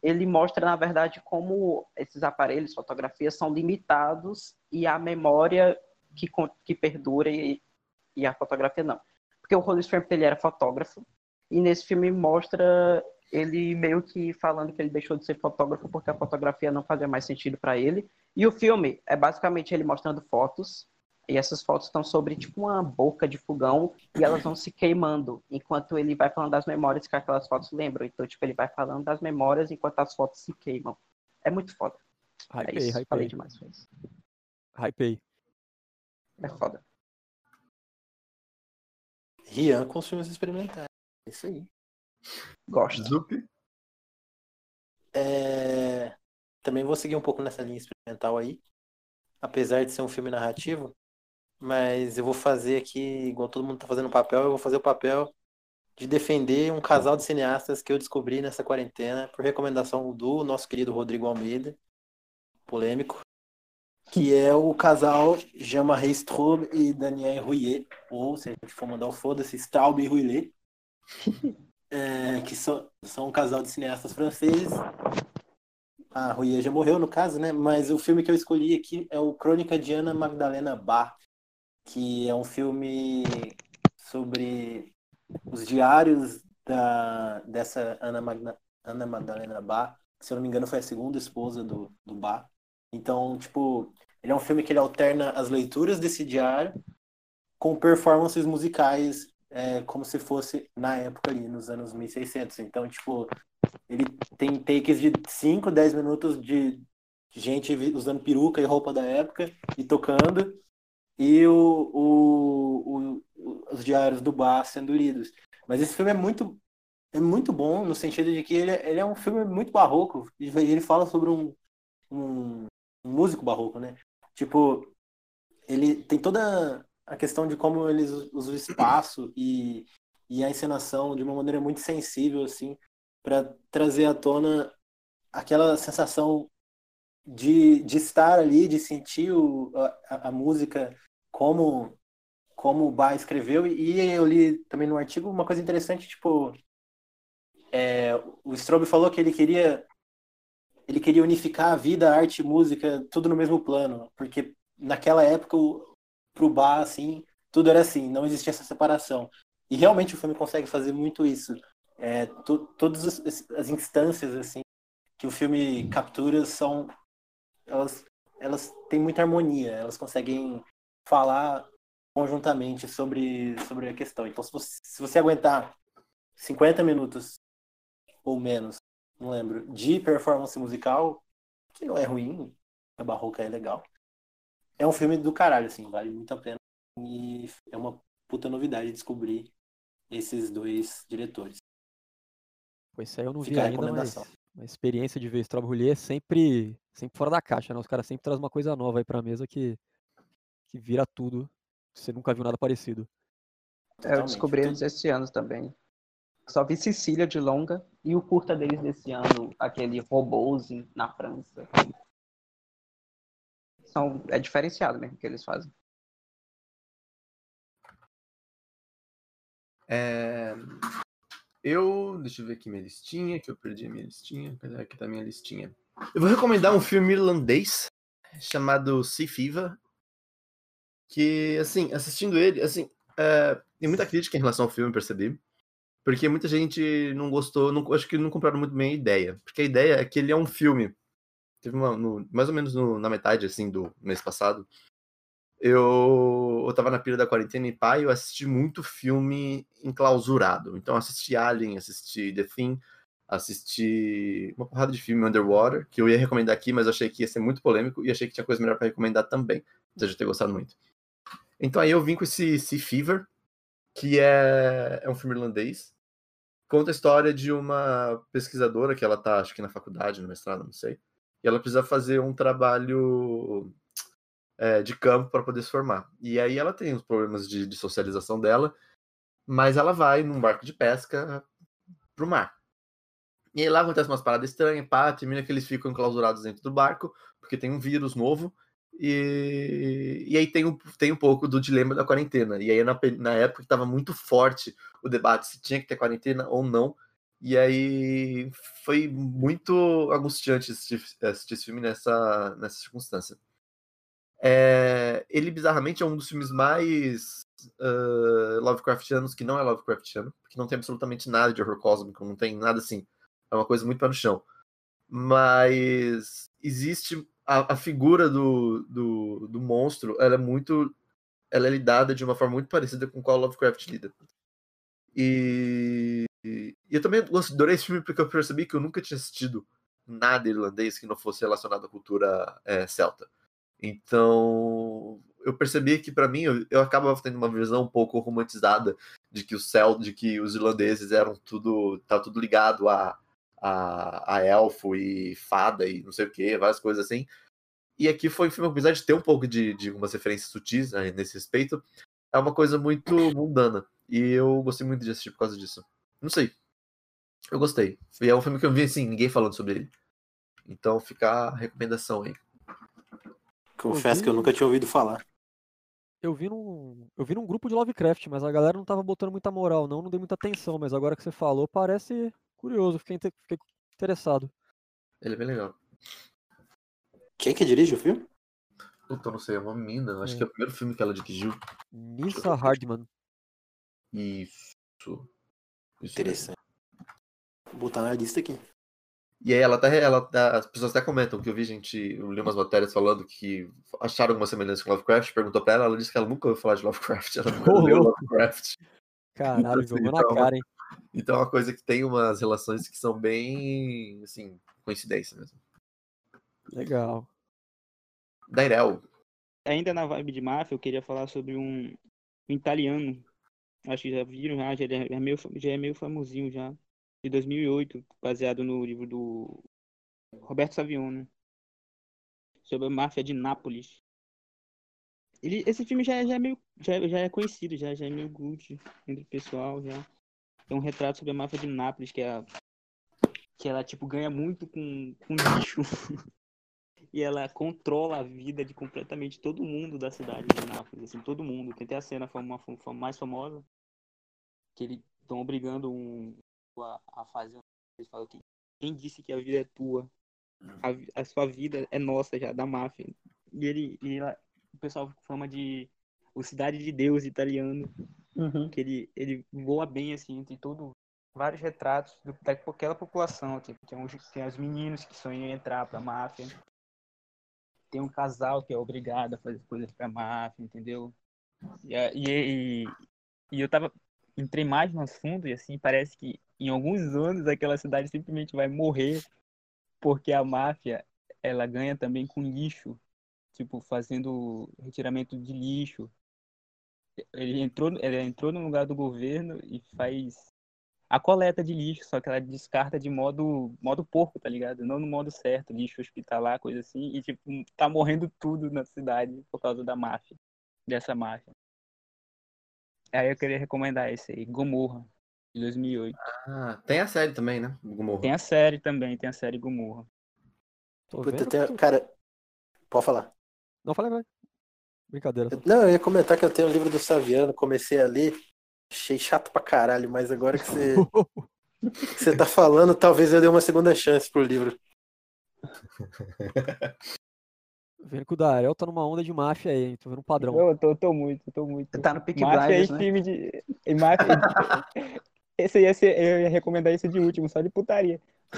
ele mostra, na verdade, como esses aparelhos, fotografias, são limitados e a memória que perdura e a fotografia não. Porque o Hollis Tramp, ele era fotógrafo, e nesse filme mostra ele meio que falando que ele deixou de ser fotógrafo porque a fotografia não fazia mais sentido para ele. E o filme é basicamente ele mostrando fotos, e essas fotos estão sobre tipo uma boca de fogão, e elas vão se queimando, enquanto ele vai falando das memórias que aquelas fotos lembram. Então, tipo, ele vai falando das memórias enquanto as fotos se queimam. É muito foda. É isso, falei demais. Foi isso. Hypei. É foda. Rian com os filmes experimentais. É isso aí. Gosto. Zup. Também vou seguir um pouco nessa linha experimental aí. Apesar de ser um filme narrativo. Mas eu vou fazer aqui, igual todo mundo tá fazendo o papel, eu vou fazer o papel de defender um casal de cineastas que eu descobri nessa quarentena, por recomendação do nosso querido Rodrigo Almeida, polêmico, que é o casal Jean-Marie Straub e Daniel Rouillet, ou, se a gente for mandar o foda-se, Straub e Rouillet, que são um casal de cineastas franceses. A Rouillet já morreu, no caso, né? Mas o filme que eu escolhi aqui é o Crônica de Ana Magdalena Bach, que é um filme sobre os diários dessa Ana Magdalena Bach, que, se eu não me engano, foi a segunda esposa do Bach. Então, tipo, ele é um filme que ele alterna as leituras desse diário com performances musicais, como se fosse na época ali, nos anos 1600. Então, tipo, ele tem takes de 5, 10 minutos de gente usando peruca e roupa da época e tocando, e os diários do Bach sendo lidos. Mas esse filme é muito bom, no sentido de que ele é um filme muito barroco, e ele fala sobre um músico barroco, né? Tipo, ele tem toda a questão de como eles usam o espaço e a encenação de uma maneira muito sensível, assim, para trazer à tona aquela sensação de estar ali, de sentir a música como o Bach escreveu. E eu li também no artigo uma coisa interessante, tipo, o Straub falou que ele queria unificar a vida, a arte e música, tudo no mesmo plano, porque naquela época, pro Bach, assim, tudo era assim, não existia essa separação. E realmente o filme consegue fazer muito isso. Todas as instâncias, assim, que o filme captura elas têm muita harmonia, elas conseguem falar conjuntamente sobre a questão. Então, se você aguentar 50 minutos ou menos, não lembro, de performance musical, que não é ruim, a barroca é legal, é um filme do caralho, assim, vale muito a pena. E é uma puta novidade descobrir esses dois diretores. Pois isso aí eu não vi Fica a ainda, mas recomendação. a experiência de ver Straub Roulier é sempre fora da caixa, né? Os caras sempre trazem uma coisa nova aí pra mesa que vira tudo. Você nunca viu nada parecido. Eu Totalmente. descobri eles esse ano também. Só vi Sicília de longa e o curta deles desse ano, aquele Robôs na França. É diferenciado mesmo que eles fazem. Deixa eu ver aqui minha listinha, que eu perdi a minha listinha. Cadê? Aqui tá a minha listinha. Eu vou recomendar um filme irlandês chamado Sea Fever, que, assim, assistindo ele, assim, tem muita crítica em relação ao filme, percebi, porque muita gente não gostou, acho que não compraram muito bem a ideia, porque a ideia é que ele é um filme. Teve mais ou menos na metade, assim, do mês passado, eu tava na pira da quarentena e eu assisti muito filme enclausurado. Então assisti Alien, assisti The Thing, assisti uma porrada de filme Underwater, que eu ia recomendar aqui, mas eu achei que ia ser muito polêmico e achei que tinha coisa melhor pra recomendar também, apesar de eu ter gostado muito. Então aí eu vim com esse Sea Fever, que é um filme irlandês. Conta a história de uma pesquisadora que ela tá, acho que na faculdade, no mestrado, não sei. E ela precisa fazer um trabalho de campo para poder se formar. E aí ela tem os problemas de socialização dela, mas ela vai num barco de pesca pro mar. E aí lá acontece umas paradas estranhas, termina que eles ficam enclausurados dentro do barco, porque tem um vírus novo, e aí tem um pouco do dilema da quarentena. E aí na época que estava muito forte o debate se tinha que ter quarentena ou não, E aí foi muito angustiante assistir esse filme nessa circunstância. Ele, bizarramente, é um dos filmes mais Lovecraftianos que não é Lovecraftiano, porque não tem absolutamente nada de horror cósmico, não tem nada assim. É uma coisa muito pé no chão. Mas existe a figura do monstro, ela é lidada de uma forma muito parecida com qual Lovecraft lida. E eu também adorei esse filme porque eu percebi que eu nunca tinha assistido nada irlandês que não fosse relacionado à cultura celta. Então, eu percebi que, para mim, eu acabava tendo uma visão um pouco romantizada de que os irlandeses eram tá tudo ligado a elfo e fada e não sei o que, várias coisas assim. E aqui foi um filme, apesar de ter um pouco de umas referências sutis, né, nesse respeito, é uma coisa muito mundana. E eu gostei muito de assistir por causa disso. Não sei. Eu gostei. E é um filme que eu vi assim, ninguém falando sobre ele. Então fica a recomendação aí. Confesso que eu nunca tinha ouvido falar. Eu vi num grupo de Lovecraft, mas a galera não tava botando muita moral, não dei muita atenção, mas agora que você falou, parece curioso, fiquei interessado. Ele é bem legal. Quem que dirige o filme? Puta, não sei, é uma mina. Acho que é o primeiro filme que ela dirigiu. Nyssa Hardman. Isso. Interessante. Vou botar na lista aqui. E aí as pessoas até comentam que eu li umas matérias falando que acharam alguma semelhança com Lovecraft, perguntou pra ela disse que ela nunca ouviu falar de Lovecraft, ela nunca leu Lovecraft. Caralho, jogou na cara, hein? Então é uma coisa que tem umas relações que são bem, assim, coincidência mesmo. Legal. Dairel. Ainda na vibe de máfia, eu queria falar sobre um italiano. Acho que já viram, já é meio famosinho já. De 2008, baseado no livro do Roberto Saviano, sobre a máfia de Nápoles. Esse filme já é conhecido, já é meio good entre o pessoal, já. É um retrato sobre a máfia de Nápoles, que ela, tipo, ganha muito com lixo. E ela controla a vida de completamente todo mundo da cidade de Nápoles, assim, todo mundo. Tem até a cena mais famosa, que eles estão obrigando a fazer. Eles falam que quem disse que a vida é tua? A sua vida é nossa já, da máfia. O pessoal fama de o Cidade de Deus italiano, que ele voa bem, assim, entre vários retratos daquela população. Tipo, tem os meninos que sonham em entrar pra máfia. Tem um casal que é obrigado a fazer coisas pra máfia, entendeu? E eu entrei mais no assunto e, assim, parece que em alguns anos aquela cidade simplesmente vai morrer porque a máfia, ela ganha também com lixo, tipo, fazendo retiramento de lixo. Ela entrou no lugar do governo e faz a coleta de lixo, só que ela descarta de modo porco, tá ligado? Não no modo certo, lixo hospitalar, coisa assim, e tipo, tá morrendo tudo na cidade por causa dessa máfia. Aí eu queria recomendar esse aí, Gomorra, de 2008. Ah, tem a série também, né? Gomorra. Tem a série também, tem a série Gomorra. Tô Puta, vendo. cara, pode falar. Não, falei. Brincadeira. Só. Não, eu ia comentar que eu tenho o livro do Saviano, comecei a ler, achei chato pra caralho, mas agora que você tá falando, talvez eu dê uma segunda chance pro livro. Vendo que o Darel tá numa onda de máfia aí, hein? Tô vendo um padrão. Eu tô muito. Tá no Peaky Máfia Blinders, e né? filme de... E máfia... eu ia recomendar esse de último, só de putaria.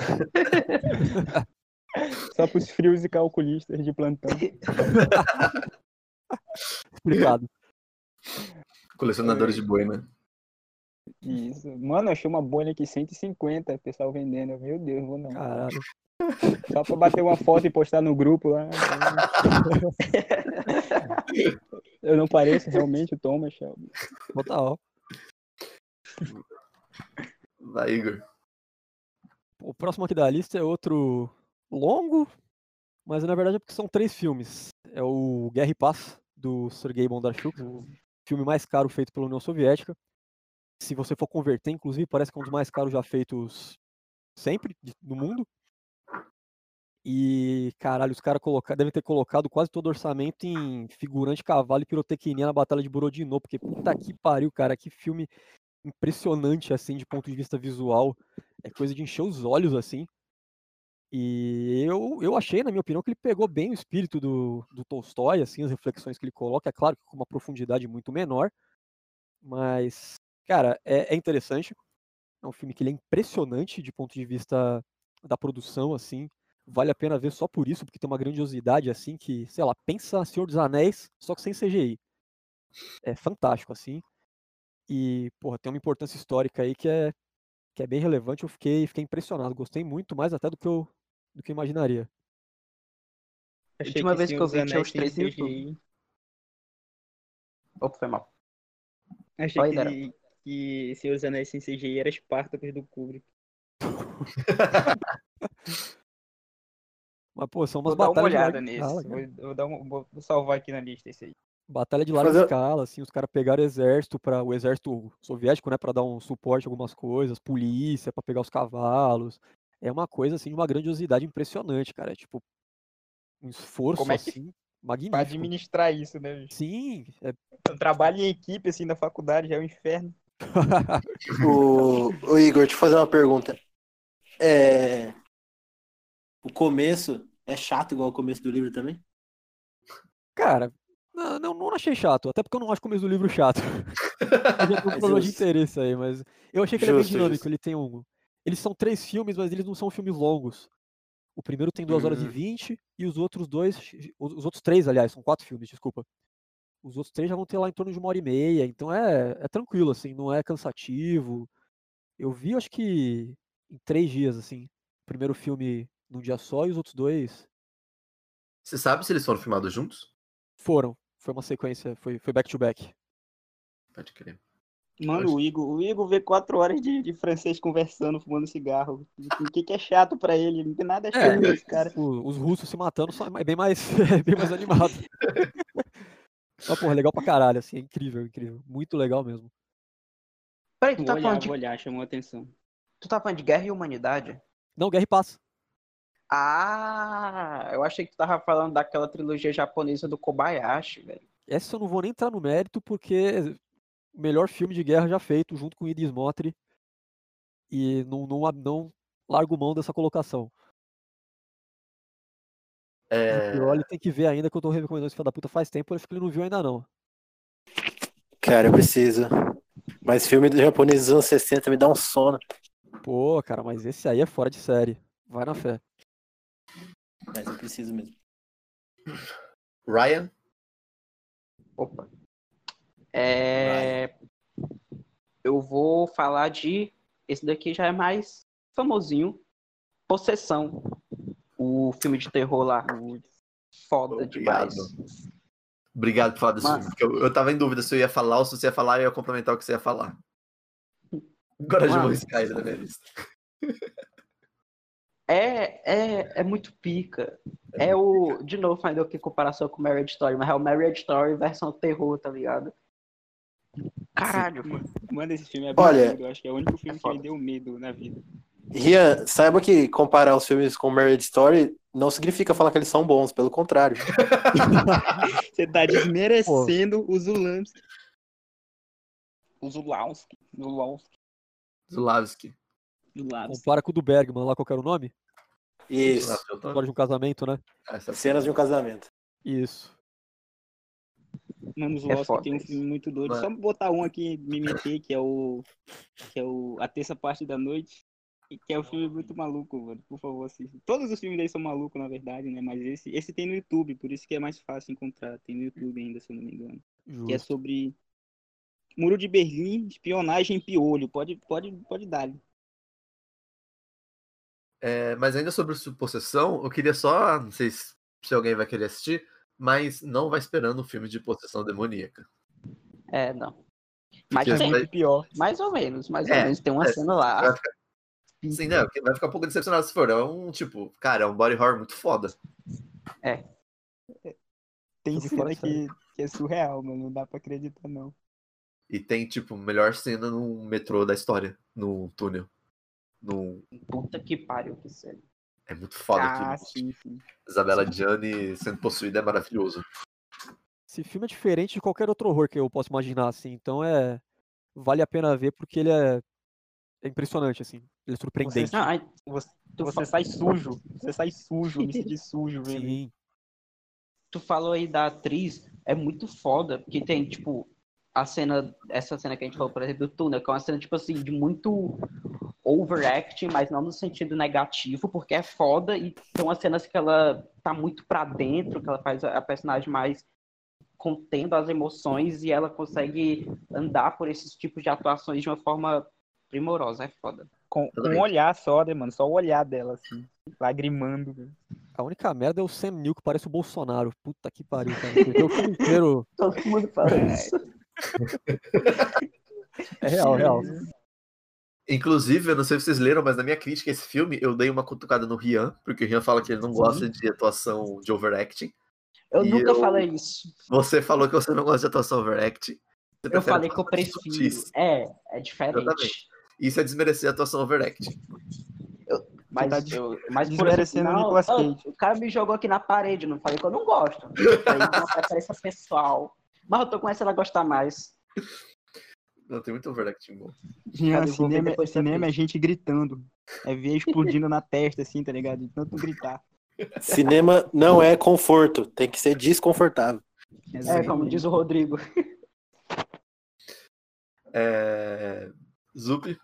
Só pros frios e calculistas de plantão. Explicado. Colecionadores de boi, né? Isso. Mano, eu achei uma bolha aqui, 150, pessoal vendendo. Meu Deus, vou não. Caralho. Só pra bater uma foto e postar no grupo lá. Eu não pareço realmente o Thomas Shelby. Total. Vai, Igor. O próximo aqui da lista é outro longo, mas na verdade é porque são 3 filmes. É o Guerra e Paz, do Sergei Bondarchuk, o filme mais caro feito pela União Soviética. Se você for converter, inclusive, parece que é um dos mais caros já feitos sempre no mundo. E, caralho, os caras devem ter colocado quase todo o orçamento em figurante, cavalo e pirotecnia na Batalha de Borodino, porque puta que pariu, cara, que filme impressionante, assim, de ponto de vista visual. É coisa de encher os olhos, assim. E eu achei, na minha opinião, que ele pegou bem o espírito do Tolstói, assim, as reflexões que ele coloca. É claro que com uma profundidade muito menor, mas, cara, é interessante. É um filme que ele é impressionante de ponto de vista da produção, assim. Vale a pena ver só por isso, porque tem uma grandiosidade, assim, que, sei lá, pensa Senhor dos Anéis, só que sem CGI. É fantástico, assim. E, porra, tem uma importância histórica aí que é bem relevante. Eu fiquei impressionado. Gostei muito mais até do que eu imaginaria. A Achei última que vez que Senhor eu dos vi tinha Anéis os sem 3 no YouTube. CGI. Opa, foi mal. Achei Oi, Dara. que Senhor dos Anéis sem CGI era Spartacus do Kubrick. Mas, pô, são umas Vou dar uma batalhas de larga olhada escala, nesse. cara. Vou salvar aqui na lista esse aí. Batalha de larga Fazer- escala, assim, os caras pegaram o exército soviético, né, pra dar um suporte a algumas coisas, polícia pra pegar os cavalos. É uma coisa, assim, de uma grandiosidade impressionante, cara. É, tipo, um esforço, Como é que assim, pra magnífico. administrar isso, né, bicho? Sim, Um trabalho em equipe, assim, na faculdade já é um inferno. O Igor, te fazer uma pergunta. É, o começo é chato igual o começo do livro também? Cara, não achei chato, até porque eu não acho o começo do livro chato. Eu já tenho um É problema de justo, interesse aí, mas eu achei que ele é bem justo, dinâmico. justo. Ele tem um. Eles são 3 filmes, mas eles não são filmes longos. O primeiro tem 2 horas e 20 e os outros dois. Os outros 3, aliás, são 4 filmes, desculpa. Os outros 3 já vão ter lá em torno de 1 hora e meia. Então é tranquilo, assim, não é cansativo. Eu vi, acho que em 3 dias, assim. O primeiro filme num dia só e os outros 2 Você sabe se eles foram filmados juntos? foram. Foi uma sequência, foi back to back. Pode crer. Mano, o Igor vê 4 horas de francês conversando, fumando cigarro. O que é chato pra ele? Não tem nada chato pra esse cara. Os russos se matando é bem mais, é bem mais animado. Mas, porra, legal pra caralho, assim, é incrível, incrível. Muito legal mesmo. Peraí, Vou olhar, chamou a atenção. tu tá falando de Guerra e Humanidade? Não, Guerra e Paz. Ah, eu achei que tu tava falando daquela trilogia japonesa do Kobayashi, velho. Essa eu não vou nem entrar no mérito, porque o melhor filme de guerra já feito, junto com Idris Motri, e não largo mão dessa colocação. E o Oli tem que ver ainda, que eu tô recomendando esse filho da puta faz tempo, acho que ele não viu ainda não. Cara, eu preciso. Mas filme do japonês dos anos 60 me dá um sono. Pô, cara, mas esse aí é fora de série. Vai na fé. Mas eu preciso mesmo. Ryan? Opa. Eu vou falar de. Esse daqui já é mais famosinho. Possessão. O filme de terror lá. Foda Obrigado. demais. Obrigado por falar desse Mano. filme, porque eu tava em dúvida se eu ia falar ou se você ia falar e eu ia complementar o que você ia falar. Agora eu já vou Mano. riscar ele da minha lista. É muito pica. De novo, fazendo aqui comparação com Marriage Story, mas é o Marriage Story versão terror, tá ligado? Caralho, mano. Mano, esse filme é Olha, absurdo. Eu acho que é o único filme que foda. me deu medo na vida. Rian, saiba que comparar os filmes com Marriage Story não significa falar que eles são bons, pelo contrário. Você tá desmerecendo o Zulansky. O Zulawski. Zulavski. Compara com o do Bergman, lá qual que era o nome? Isso. História de um casamento, né? Cenas de um casamento. Isso. Mano, o Zulawski foda tem um isso. filme muito doido. Mano. Só botar um aqui, me meter, que é o A Terça Parte da Noite. Que é um filme muito maluco, mano. Por favor, assista. Todos os filmes daí são malucos, na verdade, né? Mas esse tem no YouTube, por isso que é mais fácil encontrar. Tem no YouTube ainda, se eu não me engano. Que é Justo. sobre Muro de Berlim, espionagem e piolho. Pode dar. Mas ainda sobre possessão, eu queria só, não sei se alguém vai querer assistir, mas não vai esperando um filme de possessão demoníaca. Não. Porque Mas você tem, vai- pior. mais ou menos. Tem uma cena lá. vai ficar, sim, né? Vai ficar um pouco decepcionado se for. É um tipo, cara, é um body horror muito foda. Tem Filme fora cena de que é surreal, mano. Não dá pra acreditar, não. E tem, tipo, melhor cena no metrô da história, no túnel. Puta que pariu, que sério. É muito foda aquilo. Sim. Isabella Gianni sendo possuída é maravilhoso. Esse filme é diferente de qualquer outro horror que eu posso imaginar, assim. Então vale a pena ver porque ele é impressionante, assim. Ele é surpreendente. Não, aí, Você sai sujo. Você sai sujo, me senti sujo, velho. Sim. tu falou aí da atriz, é muito foda, porque tem, tipo, essa cena que a gente falou, por exemplo, do túnel, que é uma cena, tipo assim, de muito overacting, mas não no sentido negativo, porque é foda, e tem umas cenas que ela tá muito pra dentro, que ela faz a personagem mais contendo as emoções, e ela consegue andar por esses tipos de atuações de uma forma primorosa, é foda. Com um Exatamente. olhar só, né, mano? Só o olhar dela, assim. Lagrimando, velho. A única merda é o Sam Neill, que parece o Bolsonaro. Puta que pariu, cara. Porque o filme inteiro Todo mundo fala isso. é real. Inclusive, eu não sei se vocês leram, mas na minha crítica a esse filme, eu dei uma cutucada no Rian, porque o Rian fala que ele não gosta de atuação de overacting. Eu E nunca falei isso. Você falou que você não gosta de atuação overacting. Você Eu prefere falei que eu atuações prefiro. sutis. É diferente. Exatamente. Isso é desmerecer a atuação overacting. Mas, tá mas por desmerecendo exemplo, o Nicolas não, Cage. o cara me jogou aqui na parede, não falei que eu não gosto. Eu falei que é uma preferência pessoal. Mas eu tô começando a gostar mais. Não, tem muito overacting bom. Cara, eu vou ver depois Cinema é também. gente gritando. É ver explodindo na testa, assim, tá ligado? De tanto gritar. Cinema não é conforto, tem que ser desconfortável. É, como diz o Rodrigo. Zup,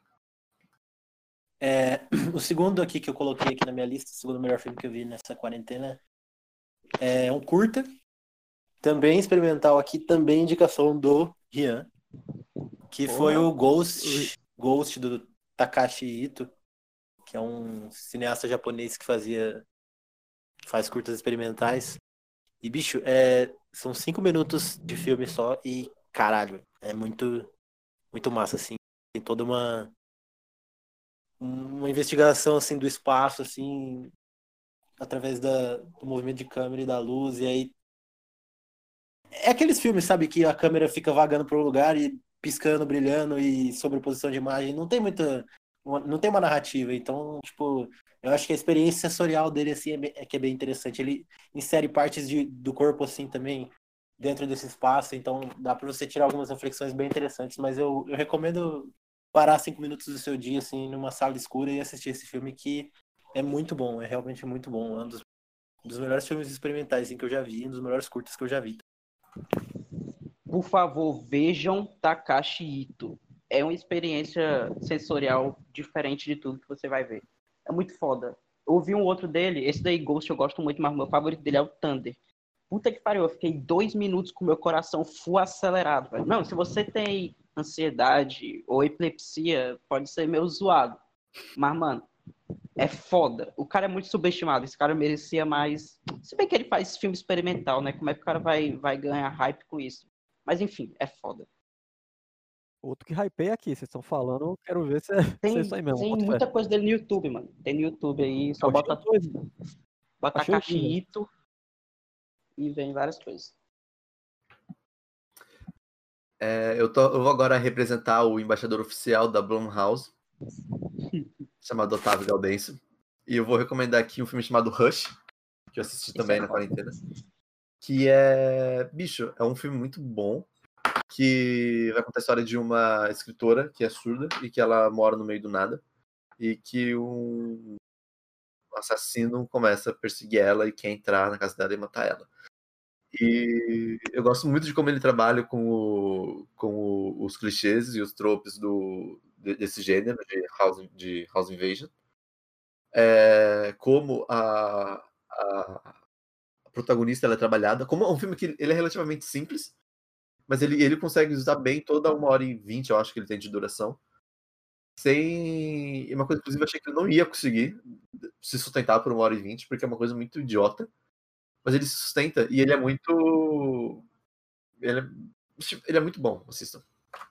O segundo aqui que eu coloquei aqui na minha lista, o segundo melhor filme que eu vi nessa quarentena, é um curta, também experimental aqui, também indicação do Rian, que foi o Ghost do Takashi Ito, que é um cineasta japonês que faz curtas experimentais. E, bicho, são 5 minutos de filme só e, caralho, é muito, muito massa, assim. Tem toda uma investigação, assim, do espaço, assim, através do movimento de câmera e da luz, e aí é aqueles filmes, sabe, que a câmera fica vagando para um lugar e piscando, brilhando e sobreposição de imagem, não tem uma narrativa, então, tipo, eu acho que a experiência sensorial dele, assim, que é bem interessante. Ele insere partes do corpo, assim, também dentro desse espaço, então dá para você tirar algumas reflexões bem interessantes, mas eu recomendo parar 5 minutos do seu dia, assim, numa sala escura e assistir esse filme, que é muito bom, é realmente muito bom, é um dos melhores filmes experimentais, assim, que eu já vi, um dos melhores curtas que eu já vi. Por favor, vejam Takashi Ito. É uma experiência sensorial diferente de tudo que você vai ver. É muito foda. Eu ouvi um outro dele, esse daí, Ghost, eu gosto muito, mas o meu favorito dele é o Thunder. Puta que pariu, eu fiquei 2 minutos com o meu coração full acelerado, velho. Não, se você tem ansiedade ou epilepsia, pode ser meio zoado. Mas, mano, é foda. O cara é muito subestimado. Esse cara merecia mais. Se bem que ele faz filme experimental, né? Como é que o cara vai ganhar hype com isso? Mas enfim, é foda. Outro que hypei aqui, vocês estão falando, eu quero ver se é isso aí mesmo. Tem Bota fé. muita coisa dele no YouTube, mano. Tem no YouTube aí, só Eu achei bota os dois. Achei os Takashi dois. Ito e vem várias coisas. eu vou agora representar o embaixador oficial da Blumhouse, chamado Otávio Gaudêncio. E eu vou recomendar aqui um filme chamado Rush, que eu assisti também na quarentena. Que bicho, é um filme muito bom, que vai contar a história de uma escritora que é surda e que ela mora no meio do nada. E que um assassino começa a perseguir ela e quer entrar na casa dela e matar ela. E eu gosto muito de como ele trabalha com os clichês e os tropes desse gênero de House Invasion. Como a protagonista ela é trabalhada. Como é um filme que ele é relativamente simples, mas ele consegue usar bem toda 1h20, eu acho que ele tem de duração. Sem. Uma coisa, inclusive, eu achei que ele não ia conseguir se sustentar por 1h20, porque é uma coisa muito idiota. Mas ele se sustenta e ele é muito. Ele é muito bom, assistam.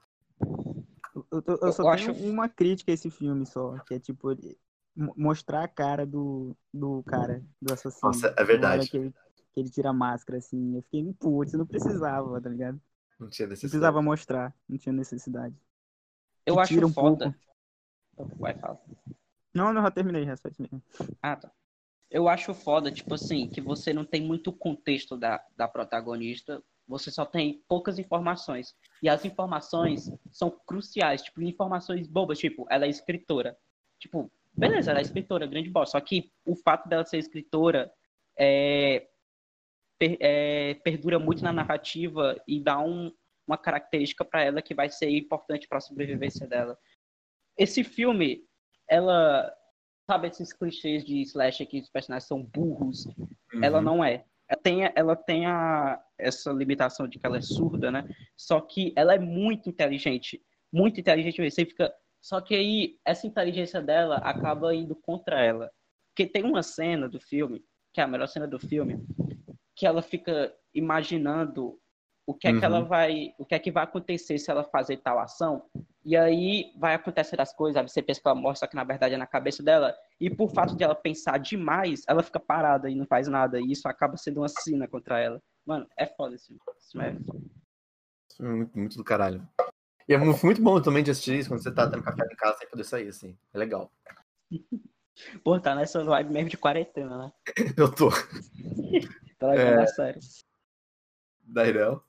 Eu só Eu tenho acho- uma crítica a esse filme só, que é tipo mostrar a cara do cara, do assassino. Nossa, é Na verdade. hora que ele tira a máscara, assim, eu fiquei, putz, não precisava, tá ligado? Não tinha Não necessidade. precisava mostrar, não tinha necessidade. Eu Que acho tira um foda. pouco. Vai, fala. Não, já terminei, já só isso mesmo. Ah, tá. Eu acho foda, tipo assim, que você não tem muito contexto da protagonista você só tem poucas informações. E as informações são cruciais, tipo, informações bobas, tipo, ela é escritora. Tipo, beleza, ela é escritora, grande bosta. Só que o fato dela ser escritora perdura muito na narrativa e dá uma característica para ela que vai ser importante para a sobrevivência dela. Esse filme, ela... Sabe esses clichês de slasher que os personagens são burros? Ela não é. Ela tem essa limitação de que ela é surda, né? Só que ela é muito inteligente. Muito inteligente mesmo. Você fica... Só que aí, essa inteligência dela acaba indo contra ela. Porque tem uma cena do filme, que é a melhor cena do filme, que ela fica imaginando o que é que vai acontecer se ela fazer tal ação. E aí vai acontecer as coisas, você pensa que ela mostra que na verdade é na cabeça dela, e por fato de ela pensar demais, ela fica parada e não faz nada, e isso acaba sendo uma sina contra ela. Mano, é foda esse filme. Isso é... Isso é muito, muito do caralho. E é muito bom também de assistir isso quando você tá tendo café em casa sem poder sair, assim. É legal. Pô, tá nessa vibe mesmo de quarentena, né? Eu tô. Tá levando a sério. Dairel.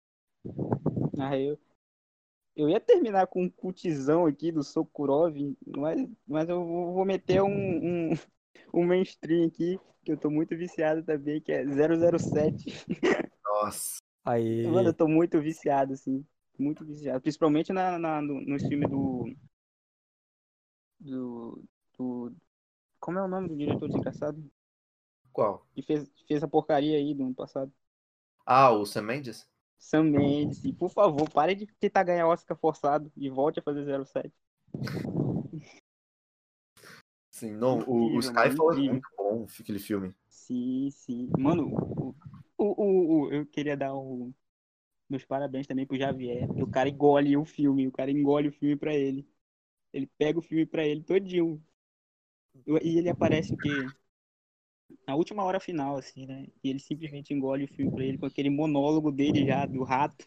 Eu ia terminar com um cutizão aqui do Sokurov, mas eu vou meter um mainstream aqui, que eu tô muito viciado também, que é 007. Nossa. Aí. Mano, eu tô muito viciado, assim. Muito viciado. Principalmente no filme do... Como é o nome do diretor desgraçado? Qual? Que fez a porcaria aí do ano passado. Ah, o Sam Mendes? Sam Mendes. E, por favor, pare de tentar ganhar Oscar forçado e volte a fazer 07. Sim, não, o Incrível, mano, Skyfall é incrível. muito bom, aquele filme. Sim, sim. Mano, eu queria dar meus parabéns também pro Javier, porque o cara engole o filme pra ele. Ele pega o filme pra ele todinho. E ele aparece o quê? Na última hora final, assim, né? E ele simplesmente engole o filme pra ele com aquele monólogo dele já, do rato.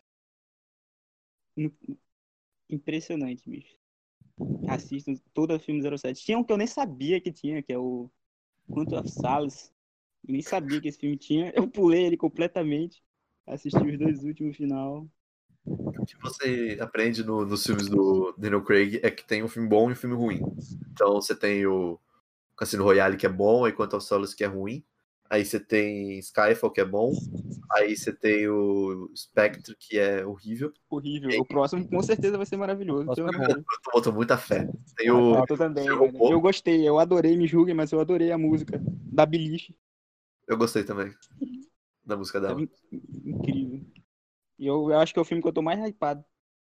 Impressionante, bicho. Assistam todo o filme 07. Tinha um que eu nem sabia que tinha, que é o Quantum of Solace. Eu nem sabia que esse filme tinha. Eu pulei ele completamente. Assisti os dois últimos final. O que você aprende nos filmes do Daniel Craig é que tem um filme bom e um filme ruim. Então você tem o Cassino Royale, que é bom, aí Quantum of Solace, que é ruim. Aí você tem Skyfall, que é bom. Aí você tem o Spectre, que é horrível. Horrível. O próximo com certeza vai ser maravilhoso. Próximo Pelo é amor de bom. Deus. Eu boto muita fé. Tem o Eu também, Seu velho. Robô. Eu gostei, eu adorei, me julguem, mas eu adorei a música da Beliche. Eu gostei também da música dela. Tava incrível. E eu acho que é o filme que eu tô mais hypado.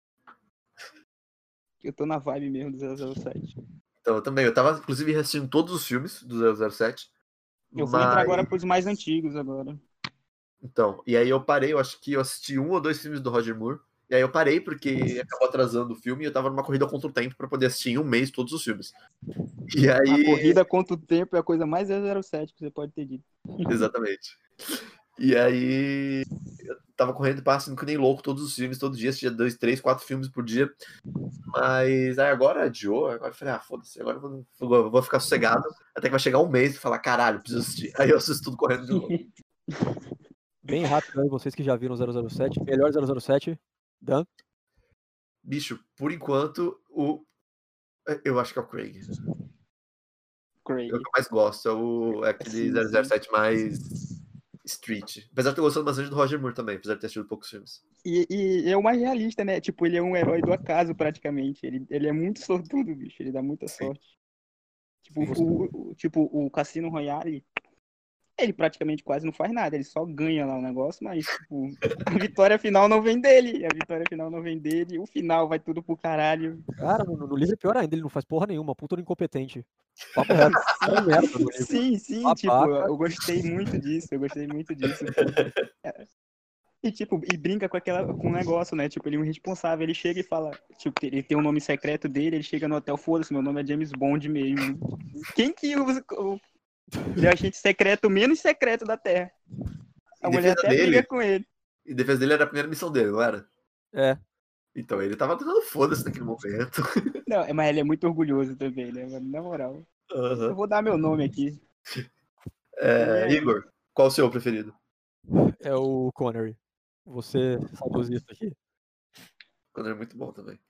Eu tô na vibe mesmo do 007. Então eu também. Eu tava, inclusive, reassistindo todos os filmes do 007. Eu vou entrar agora pros mais antigos agora. Então, e aí eu parei, eu acho que eu assisti 1 ou 2 filmes do Roger Moore. E aí eu parei porque acabou atrasando o filme e eu tava numa corrida contra o tempo pra poder assistir em um mês todos os filmes. E A aí. corrida contra o tempo é a coisa mais 007 que você pode ter dito. Exatamente. E aí eu tava correndo passando que nem louco todos os filmes, todo dia, assistia 2, 3, 4 filmes por dia. Mas aí agora adiou, agora eu falei, foda-se, agora eu vou ficar sossegado, até que vai chegar um mês e falar, caralho, preciso assistir. Aí eu assisto tudo correndo de novo. Bem rápido aí, vocês que já viram 007. Melhor 007, Dan? Bicho, por enquanto, eu acho que é o Craig. Craig. É o que eu mais gosto, é aquele Sim, 007 mais street. Apesar de ter gostado bastante do Roger Moore também, apesar de ter assistido poucos filmes. E é o mais realista, né? Tipo, ele é um herói do acaso, praticamente. Ele é muito sortudo, bicho. Ele dá muita Sim. sorte. Tipo, o Cassino Royale, ele praticamente quase não faz nada. Ele só ganha lá o negócio, mas, tipo, a vitória final não vem dele. A vitória final não vem dele. O final vai tudo pro caralho. Cara, no livro é pior ainda, ele não faz porra nenhuma, puta do incompetente. Papo reto. É uma merda no livro. Sim, Babaca. tipo, eu gostei muito disso. E, tipo, brinca com o negócio, né? Tipo, ele é um responsável, ele chega e fala, tipo, ele tem um nome secreto dele, ele chega no hotel, foda-se, meu nome é James Bond mesmo. Quem que ele é o agente secreto menos secreto da Terra? A Em mulher defesa até briga dele, com ele. em defesa dele era a primeira missão dele, não era? É. Então ele tava dando foda-se naquele momento. Não, mas ele é muito orgulhoso também, né? Na moral. Uhum. Eu vou dar meu nome aqui. Igor, qual o seu preferido? É o Connery. Você saudosista aqui. Quando é muito bom também.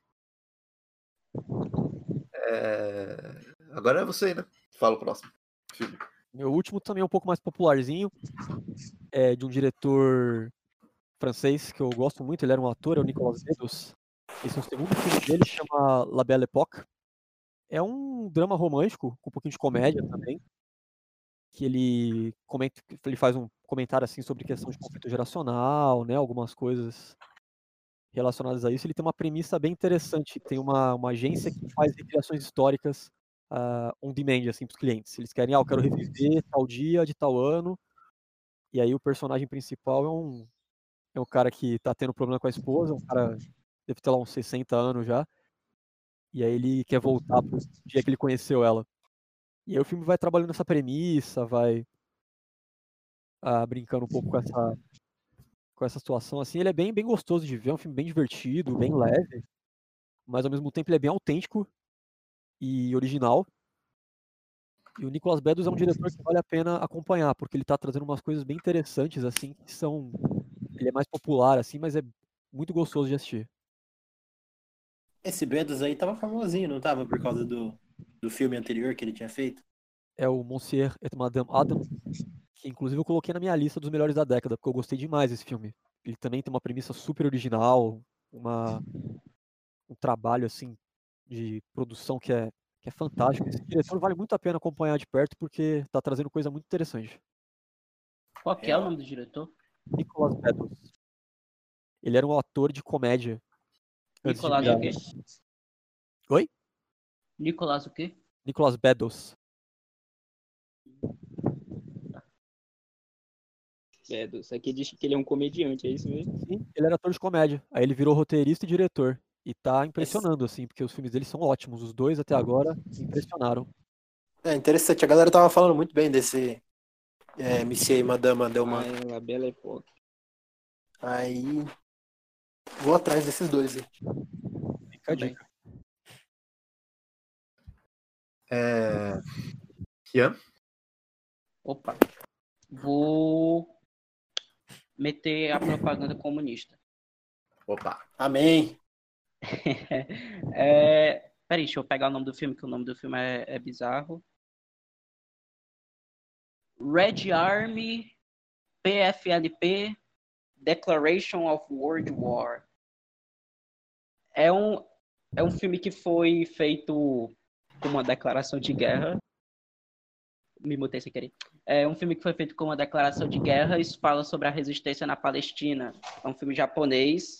Agora é você, né? Fala o próximo filme. Meu último também é um pouco mais popularzinho. É de um diretor francês que eu gosto muito. Ele era um ator, é o Nicolas Bedos. Esse é o segundo filme dele, chama La Belle Époque. É um drama romântico, com um pouquinho de comédia também. Que ele faz um comentário assim sobre questão de conflito geracional, né? Algumas coisas relacionadas a isso. Ele tem uma premissa bem interessante. Tem uma agência que faz recriações históricas on demand, assim, para os clientes. Eles querem, eu quero reviver tal dia de tal ano. E aí o personagem principal é um cara que tá tendo problema com a esposa, um cara deve ter lá uns 60 anos já. E aí ele quer voltar pro dia que ele conheceu ela. E aí o filme vai trabalhando essa premissa, vai brincando um pouco com essa situação, assim. Ele é bem gostoso de ver, é um filme bem divertido, bem leve, mas ao mesmo tempo ele é bem autêntico e original. E o Nicolas Bedos é um diretor que vale a pena acompanhar, porque ele tá trazendo umas coisas bem interessantes, assim, que são... Ele é mais popular, assim, mas é muito gostoso de assistir. Esse Bedos aí tava famosinho, não tava? Por causa do filme anterior que ele tinha feito? É o Monsieur et Madame Adam, que inclusive eu coloquei na minha lista dos melhores da década, porque eu gostei demais desse filme. Ele também tem uma premissa super original, um trabalho, assim, de produção que é fantástico. Esse diretor vale muito a pena acompanhar de perto, porque tá trazendo coisa muito interessante. Qual que é o nome do diretor? Nicolas Bedos. Ele era um ator de comédia antes de Nicolas virar. o quê? Oi? Nicolas o quê? Nicolas Bedos. Isso aqui diz que ele é um comediante, é isso mesmo? Sim, ele era ator de comédia. Aí ele virou roteirista e diretor. E tá Esse- impressionando, assim, porque os filmes dele são ótimos. Os dois até agora me impressionaram. É interessante, a galera tava falando muito bem desse Monsieur e Madame Adelman. Ah, é La Belle Époque. Aí vou atrás desses dois aí. Fica a Também. dica. Rian? Opa. Vou meter a propaganda comunista. Opa. Amém. Peraí, deixa eu pegar o nome do filme, que o nome do filme é bizarro. Red Army, PFLP, Declaration of World War. É um filme que foi feito com uma declaração de guerra. Me mutei sem querer. É um filme que foi feito com uma declaração de guerra. Isso fala sobre a resistência na Palestina. É um filme japonês.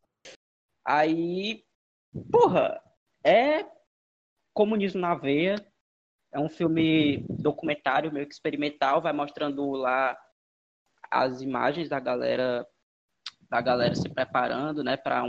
Aí, porra, é comunismo na veia. É um filme documentário, meio que experimental. Vai mostrando lá as imagens da galera se preparando, né, para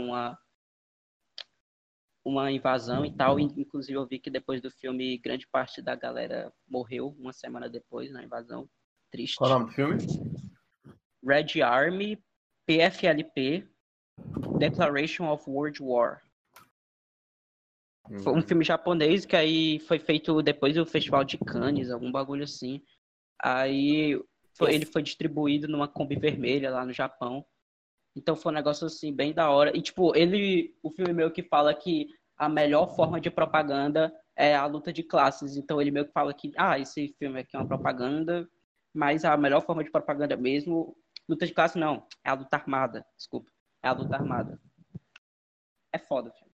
uma invasão e tal. Inclusive, eu vi que depois do filme, grande parte da galera morreu uma semana depois na invasão. Triste. Qual é o nome do filme? Red Army, PFLP, Declaration of World War. Foi um filme japonês que aí foi feito depois do Festival de Cannes, algum bagulho assim. Aí ele foi distribuído numa Kombi vermelha lá no Japão. Então foi um negócio assim bem da hora. E tipo, o filme meio que fala que a melhor forma de propaganda é a luta de classes. Então ele meio que fala que esse filme aqui é uma propaganda, mas a melhor forma de propaganda mesmo, luta de classe não, é a luta armada. Desculpa, é a luta armada. É foda, filho.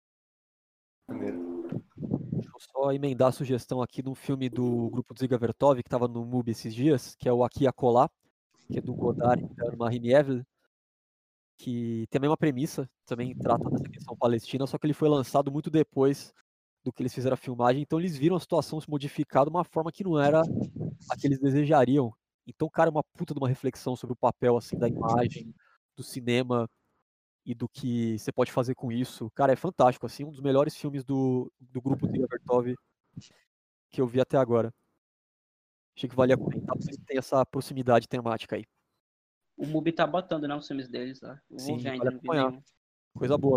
Deixa eu só emendar a sugestão aqui de um filme do grupo Dziga Vertov, que estava no MUBI esses dias, que é o Aqui a Colar, que é do Godard e da Marie Nievle, que tem a mesma premissa, também trata dessa questão palestina, só que ele foi lançado muito depois do que eles fizeram a filmagem, então eles viram a situação se modificar de uma forma que não era a que eles desejariam. Então, cara, é uma puta de uma reflexão sobre o papel, assim, da imagem, do cinema e do que você pode fazer com isso. Cara, é fantástico, assim, um dos melhores filmes do grupo Dziga Vertov que eu vi até agora. Achei que valia comentar, porque ele tem essa proximidade temática aí. O Mubi tá botando, né, os filmes deles lá. Eu vou Sim, ver, ainda vale não vi acompanhar. nenhum. Coisa boa.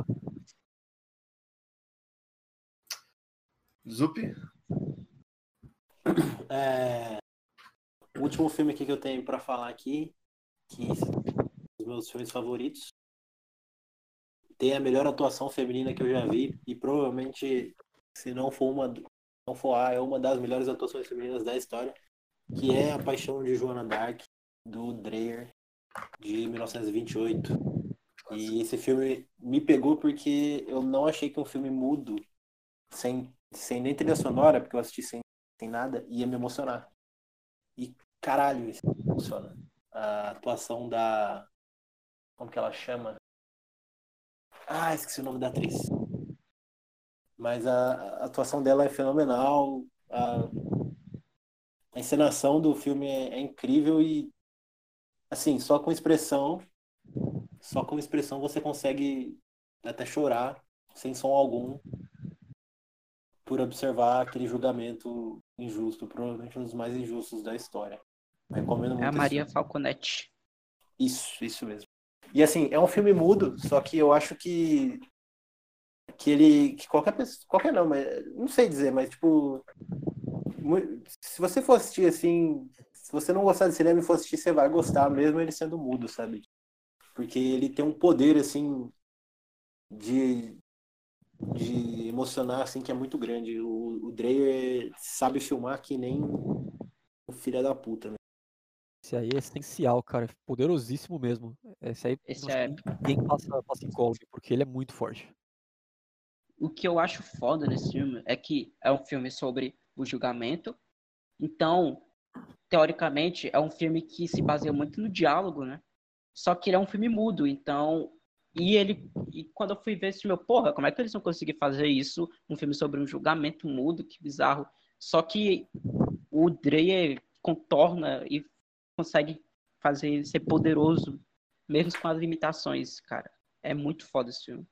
Zup? O último filme aqui que eu tenho pra falar aqui, que dos meus filmes favoritos. Tem a melhor atuação feminina que eu já vi e provavelmente, se não for não for é uma das melhores atuações femininas da história, que é A Paixão de Joana d'Arc, do Dreyer, de 1928. E esse filme me pegou porque eu não achei que um filme mudo, sem nem trilha sonora, porque eu assisti sem nada, ia me emocionar. E caralho, isso me emociona. A atuação da... Como que ela chama? Esqueci o nome da atriz. Mas a atuação dela é fenomenal. A encenação do filme é incrível e, assim, só com expressão você consegue até chorar, sem som algum, por observar aquele julgamento injusto, provavelmente um dos mais injustos da história. Recomendo muito É a esse Maria filme. Falconetti. Isso mesmo. E assim, é um filme mudo, só que eu acho que qualquer pessoa, qualquer não, mas não sei dizer, mas tipo, se você for assistir assim, se você não gostar de cinema e for assistir, você vai gostar mesmo ele sendo mudo, sabe? Porque ele tem um poder assim de emocionar assim que é muito grande. O Dreyer sabe filmar que nem um filho da puta, né? Esse aí é essencial, cara. Poderosíssimo mesmo. Esse aí, Esse não acho é que ninguém passa incólume, porque ele é muito forte. o que eu acho foda nesse filme é que é um filme sobre o julgamento. Então, teoricamente, é um filme que se baseia muito no diálogo, né? Só que ele é um filme mudo, então... E quando eu fui ver esse filme, porra, como é que eles vão conseguir fazer isso? Um filme sobre um julgamento mudo, que bizarro. Só que o Dreyer contorna e consegue fazer ele ser poderoso, mesmo com as limitações, cara. É muito foda esse filme.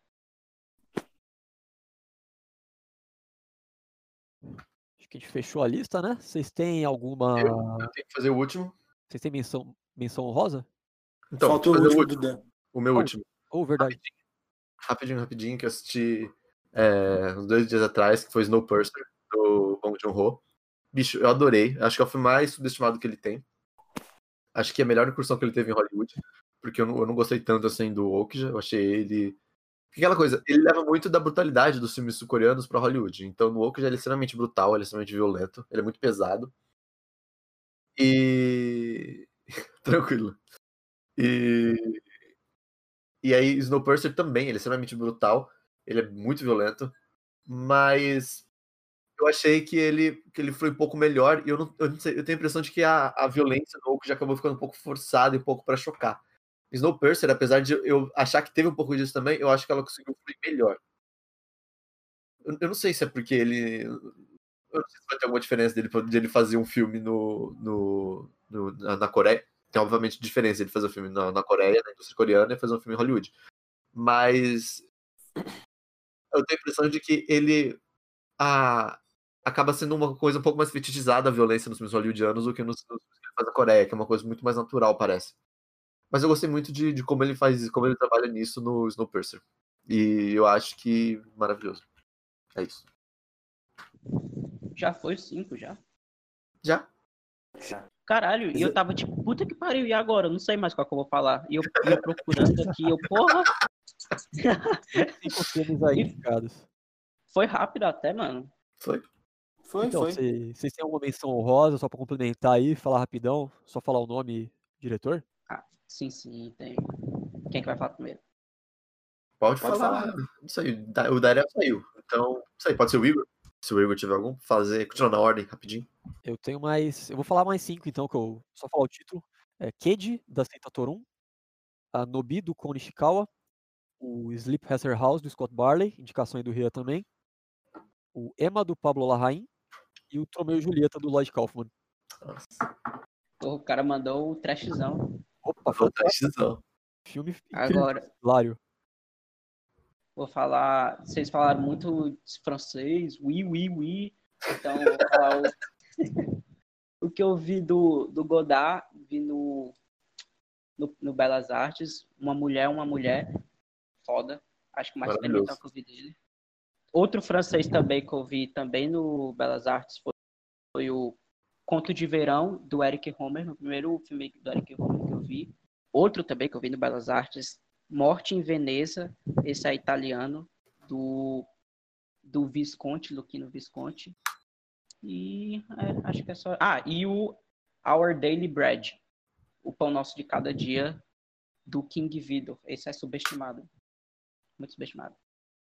Acho que a gente fechou a lista, né? Vocês têm alguma. Eu tenho que fazer o último. Vocês têm menção honrosa? Então, Falta o vou fazer último do Dan. o meu Oh, último. verdade. Rapidinho, que eu assisti uns 2 dias atrás, que foi Snowpiercer, do Bong Joon-ho. Bicho, eu adorei. Acho que é o filme mais subestimado que ele tem. Acho que é a melhor incursão que ele teve em Hollywood, porque eu não gostei tanto assim do Okja. Eu achei ele. Aquela coisa, ele leva muito da brutalidade dos filmes sul-coreanos pra Hollywood. Então no Okja ele é extremamente brutal, ele é extremamente violento, ele é muito pesado. E. Tranquilo. E. E aí, Snowpiercer também, ele é extremamente brutal, ele é muito violento, mas eu achei que ele foi um pouco melhor, e eu não sei, eu tenho a impressão de que a violência do Oak já acabou ficando um pouco forçada e um pouco pra chocar. Snowpiercer, apesar de eu achar que teve um pouco disso também, eu acho que ela conseguiu fluir melhor. Eu não sei se é porque ele... Eu não sei se vai ter alguma diferença dele fazer um filme na Coreia. Tem, obviamente, diferença ele fazer um filme na Coreia, na indústria coreana, e fazer um filme em Hollywood. Mas eu tenho a impressão de que ele acaba sendo uma coisa um pouco mais fetichizada a violência nos filmes hollywoodianos do que nos filmes que ele faz na Coreia, que é uma coisa muito mais natural, parece. Mas eu gostei muito de como ele faz, como ele trabalha nisso no Snowpiercer. E eu acho que maravilhoso. É isso. Já foi 5, já. Já? Caralho, e eu tava tipo, puta que pariu, e agora? Eu não sei mais qual que eu vou falar. E eu ia procurando aqui, porra! Cinco filmes aí E- indicados. Foi rápido até, mano. Foi. Então, Foi. vocês têm alguma menção honrosa, só pra complementar aí, falar rapidão, só falar o nome e diretor? Ah, sim, tem. Quem que vai falar primeiro? Pode falar. Não sei, o Daniel saiu. Então, não sei, pode ser o Igor. Se o Igor tiver algum, continuar na ordem, rapidinho. Eu tenho mais. Eu vou falar mais 5, então, que eu só falar o título. É Keiji, da Seita Torun, a Nobi, do Kon Nishikawa, o Sleep Hazard House, do Scott Barley, indicação aí do Ria também, o Emma, do Pablo Larraín, e o Tromeu e Julieta, do Lloyd Kaufman. O cara mandou o trashzão. Opa, Fantásticozão. filme incrível, Agora, hilário. vou falar. Vocês falaram muito de francês, oui. Então, vou falar o que eu vi do Godard, vi no Belas Artes, uma mulher, foda. Acho que o mais experimental que eu vi dele. Outro francês também que eu vi também no Belas Artes foi o Conto de Verão, do Eric Romer, no primeiro filme do Eric Romer que eu vi. outro também que eu vi no Belas Artes, Morte em Veneza, esse é italiano, do Visconti, Luchino Visconti. E acho que é só. E o Our Daily Bread, o Pão Nosso de Cada Dia, do King Vidor. Esse é subestimado. Muito subestimado.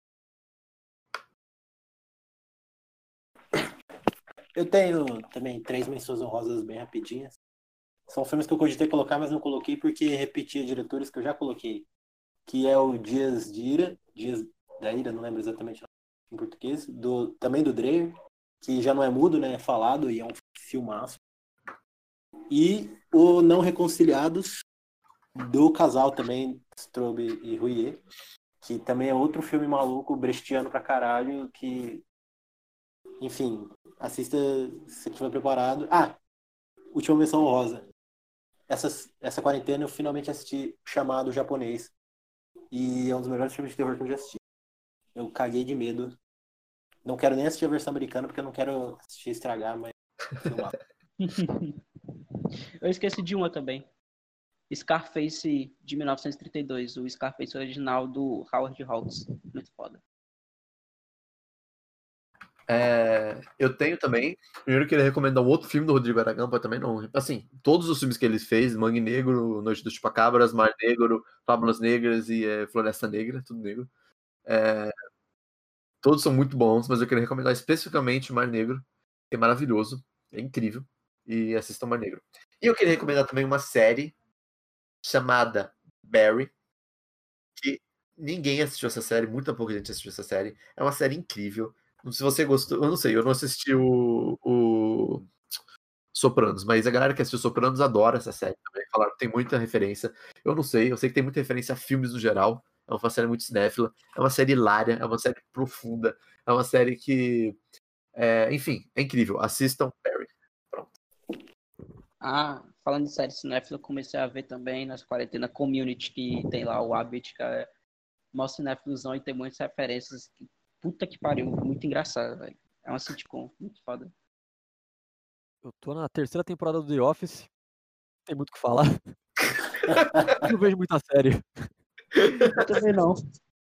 Eu tenho também 3 menções honrosas bem rapidinhas. São filmes que eu cogitei colocar, mas não coloquei porque repetia diretores que eu já coloquei. Que é o Dias de Ira, Dias da Ira, não lembro exatamente em português, também do Dreyer, que já não é mudo, né? É falado e é um filmaço. E o Não Reconciliados, do casal também, Strobe e Rouillet, que também é outro filme maluco, brechtiano pra caralho, que, enfim, assista se estiver preparado. Última menção honrosa. Essa quarentena eu finalmente assisti Chamado Japonês, e é um dos melhores filmes de terror que eu já assisti. Eu caguei de medo. Não quero nem assistir a versão americana, porque eu não quero assistir e estragar, mas filmar. Eu esqueci de uma também. Scarface de 1932, o Scarface original do Howard Hawks. Muito foda. Eu tenho também. Primeiro, eu queria recomendar um outro filme do Rodrigo Aragão, também não. Assim, todos os filmes que ele fez, Mangue Negro, Noite dos Chupacabras, Mar Negro, Fábulas Negras e Floresta Negra, tudo negro. Todos são muito bons, mas eu queria recomendar especificamente Mar Negro, que é maravilhoso, é incrível. E assistam Mar Negro. E eu queria recomendar também uma série chamada Barry, que ninguém assistiu essa série, muita pouca gente assistiu essa série. É uma série incrível. Se você gostou, eu não sei, eu não assisti o Sopranos, mas a galera que assistiu Sopranos adora essa série também. Falaram que tem muita referência. Eu não sei, eu sei que tem muita referência a filmes no geral. É uma série muito cinéfila, é uma série hilária, é uma série profunda, é uma série que. Enfim, é incrível. Assistam Barry. Pronto. Falando de série cinéfila, eu comecei a ver também nas quarentena Community, que tem lá o Abbott, que é mó cinéfilozão e tem muitas referências. Puta que pariu, muito engraçado, velho. É uma sitcom, muito foda. Eu tô na terceira temporada do The Office. Não tem muito o que falar. Não vejo muita série. Eu também não.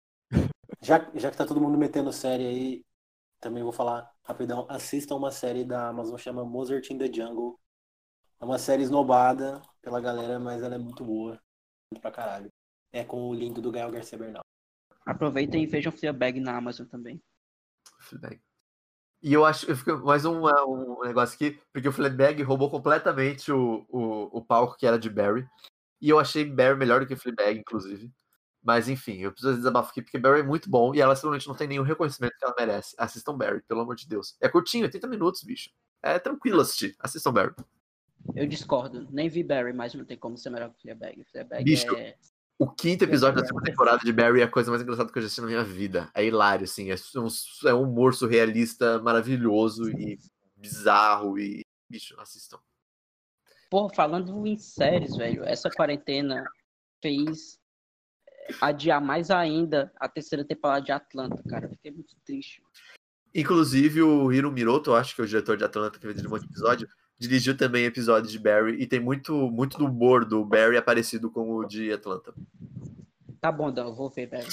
Já que tá todo mundo metendo série aí, também vou falar rapidão. Assistam uma série da Amazon, chama Mozart in the Jungle. É uma série esnobada pela galera, mas ela é muito boa. Muito pra caralho. É com o lindo do Gael Garcia Bernal. Aproveitem e vejam Fleabag na Amazon também. Fleabag. E eu fico mais um negócio aqui, porque o Fleabag roubou completamente o palco que era de Barry. E eu achei Barry melhor do que Fleabag, inclusive. Mas enfim, eu preciso desabafar aqui, porque Barry é muito bom e ela simplesmente não tem nenhum reconhecimento que ela merece. Assistam Barry, pelo amor de Deus. É curtinho, 80 minutos, bicho. É tranquilo assistir. Assistam Barry. Eu discordo. Nem vi Barry, mas não tem como ser melhor que Fleabag. Fleabag Bicho, é... o 5º episódio da segunda temporada de Barry é a coisa mais engraçada que eu já assisti na minha vida. É hilário, assim. É um humor surrealista maravilhoso e bizarro. E, bicho, assistam. Pô, falando em séries, velho, essa quarentena fez adiar mais ainda a terceira temporada de Atlanta, cara. Eu fiquei muito triste. Inclusive, o Hiro Miroto, acho que é o diretor de Atlanta que fez um monte de episódio, dirigiu também episódios de Barry e tem muito do humor do Barry parecido com o de Atlanta. Tá bom, Dan, eu vou ver, velho.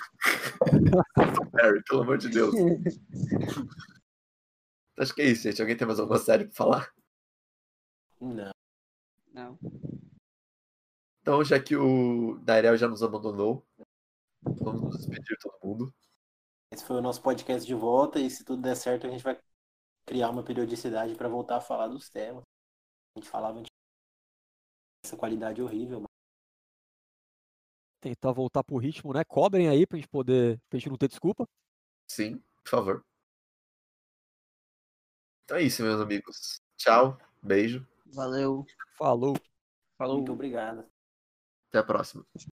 Barry, pelo amor de Deus. Acho que é isso, gente. Alguém tem mais alguma série pra falar? Não. Então, já que o Dairel já nos abandonou, vamos nos despedir todo mundo. Esse foi o nosso podcast de volta e se tudo der certo a gente vai criar uma periodicidade para voltar a falar dos temas. A gente falava de essa qualidade horrível. Tentar voltar pro ritmo, né? Cobrem aí pra gente não ter desculpa. Sim, por favor. Então é isso, meus amigos. Tchau, beijo. Valeu. Falou. Falou. Muito obrigado. Até a próxima.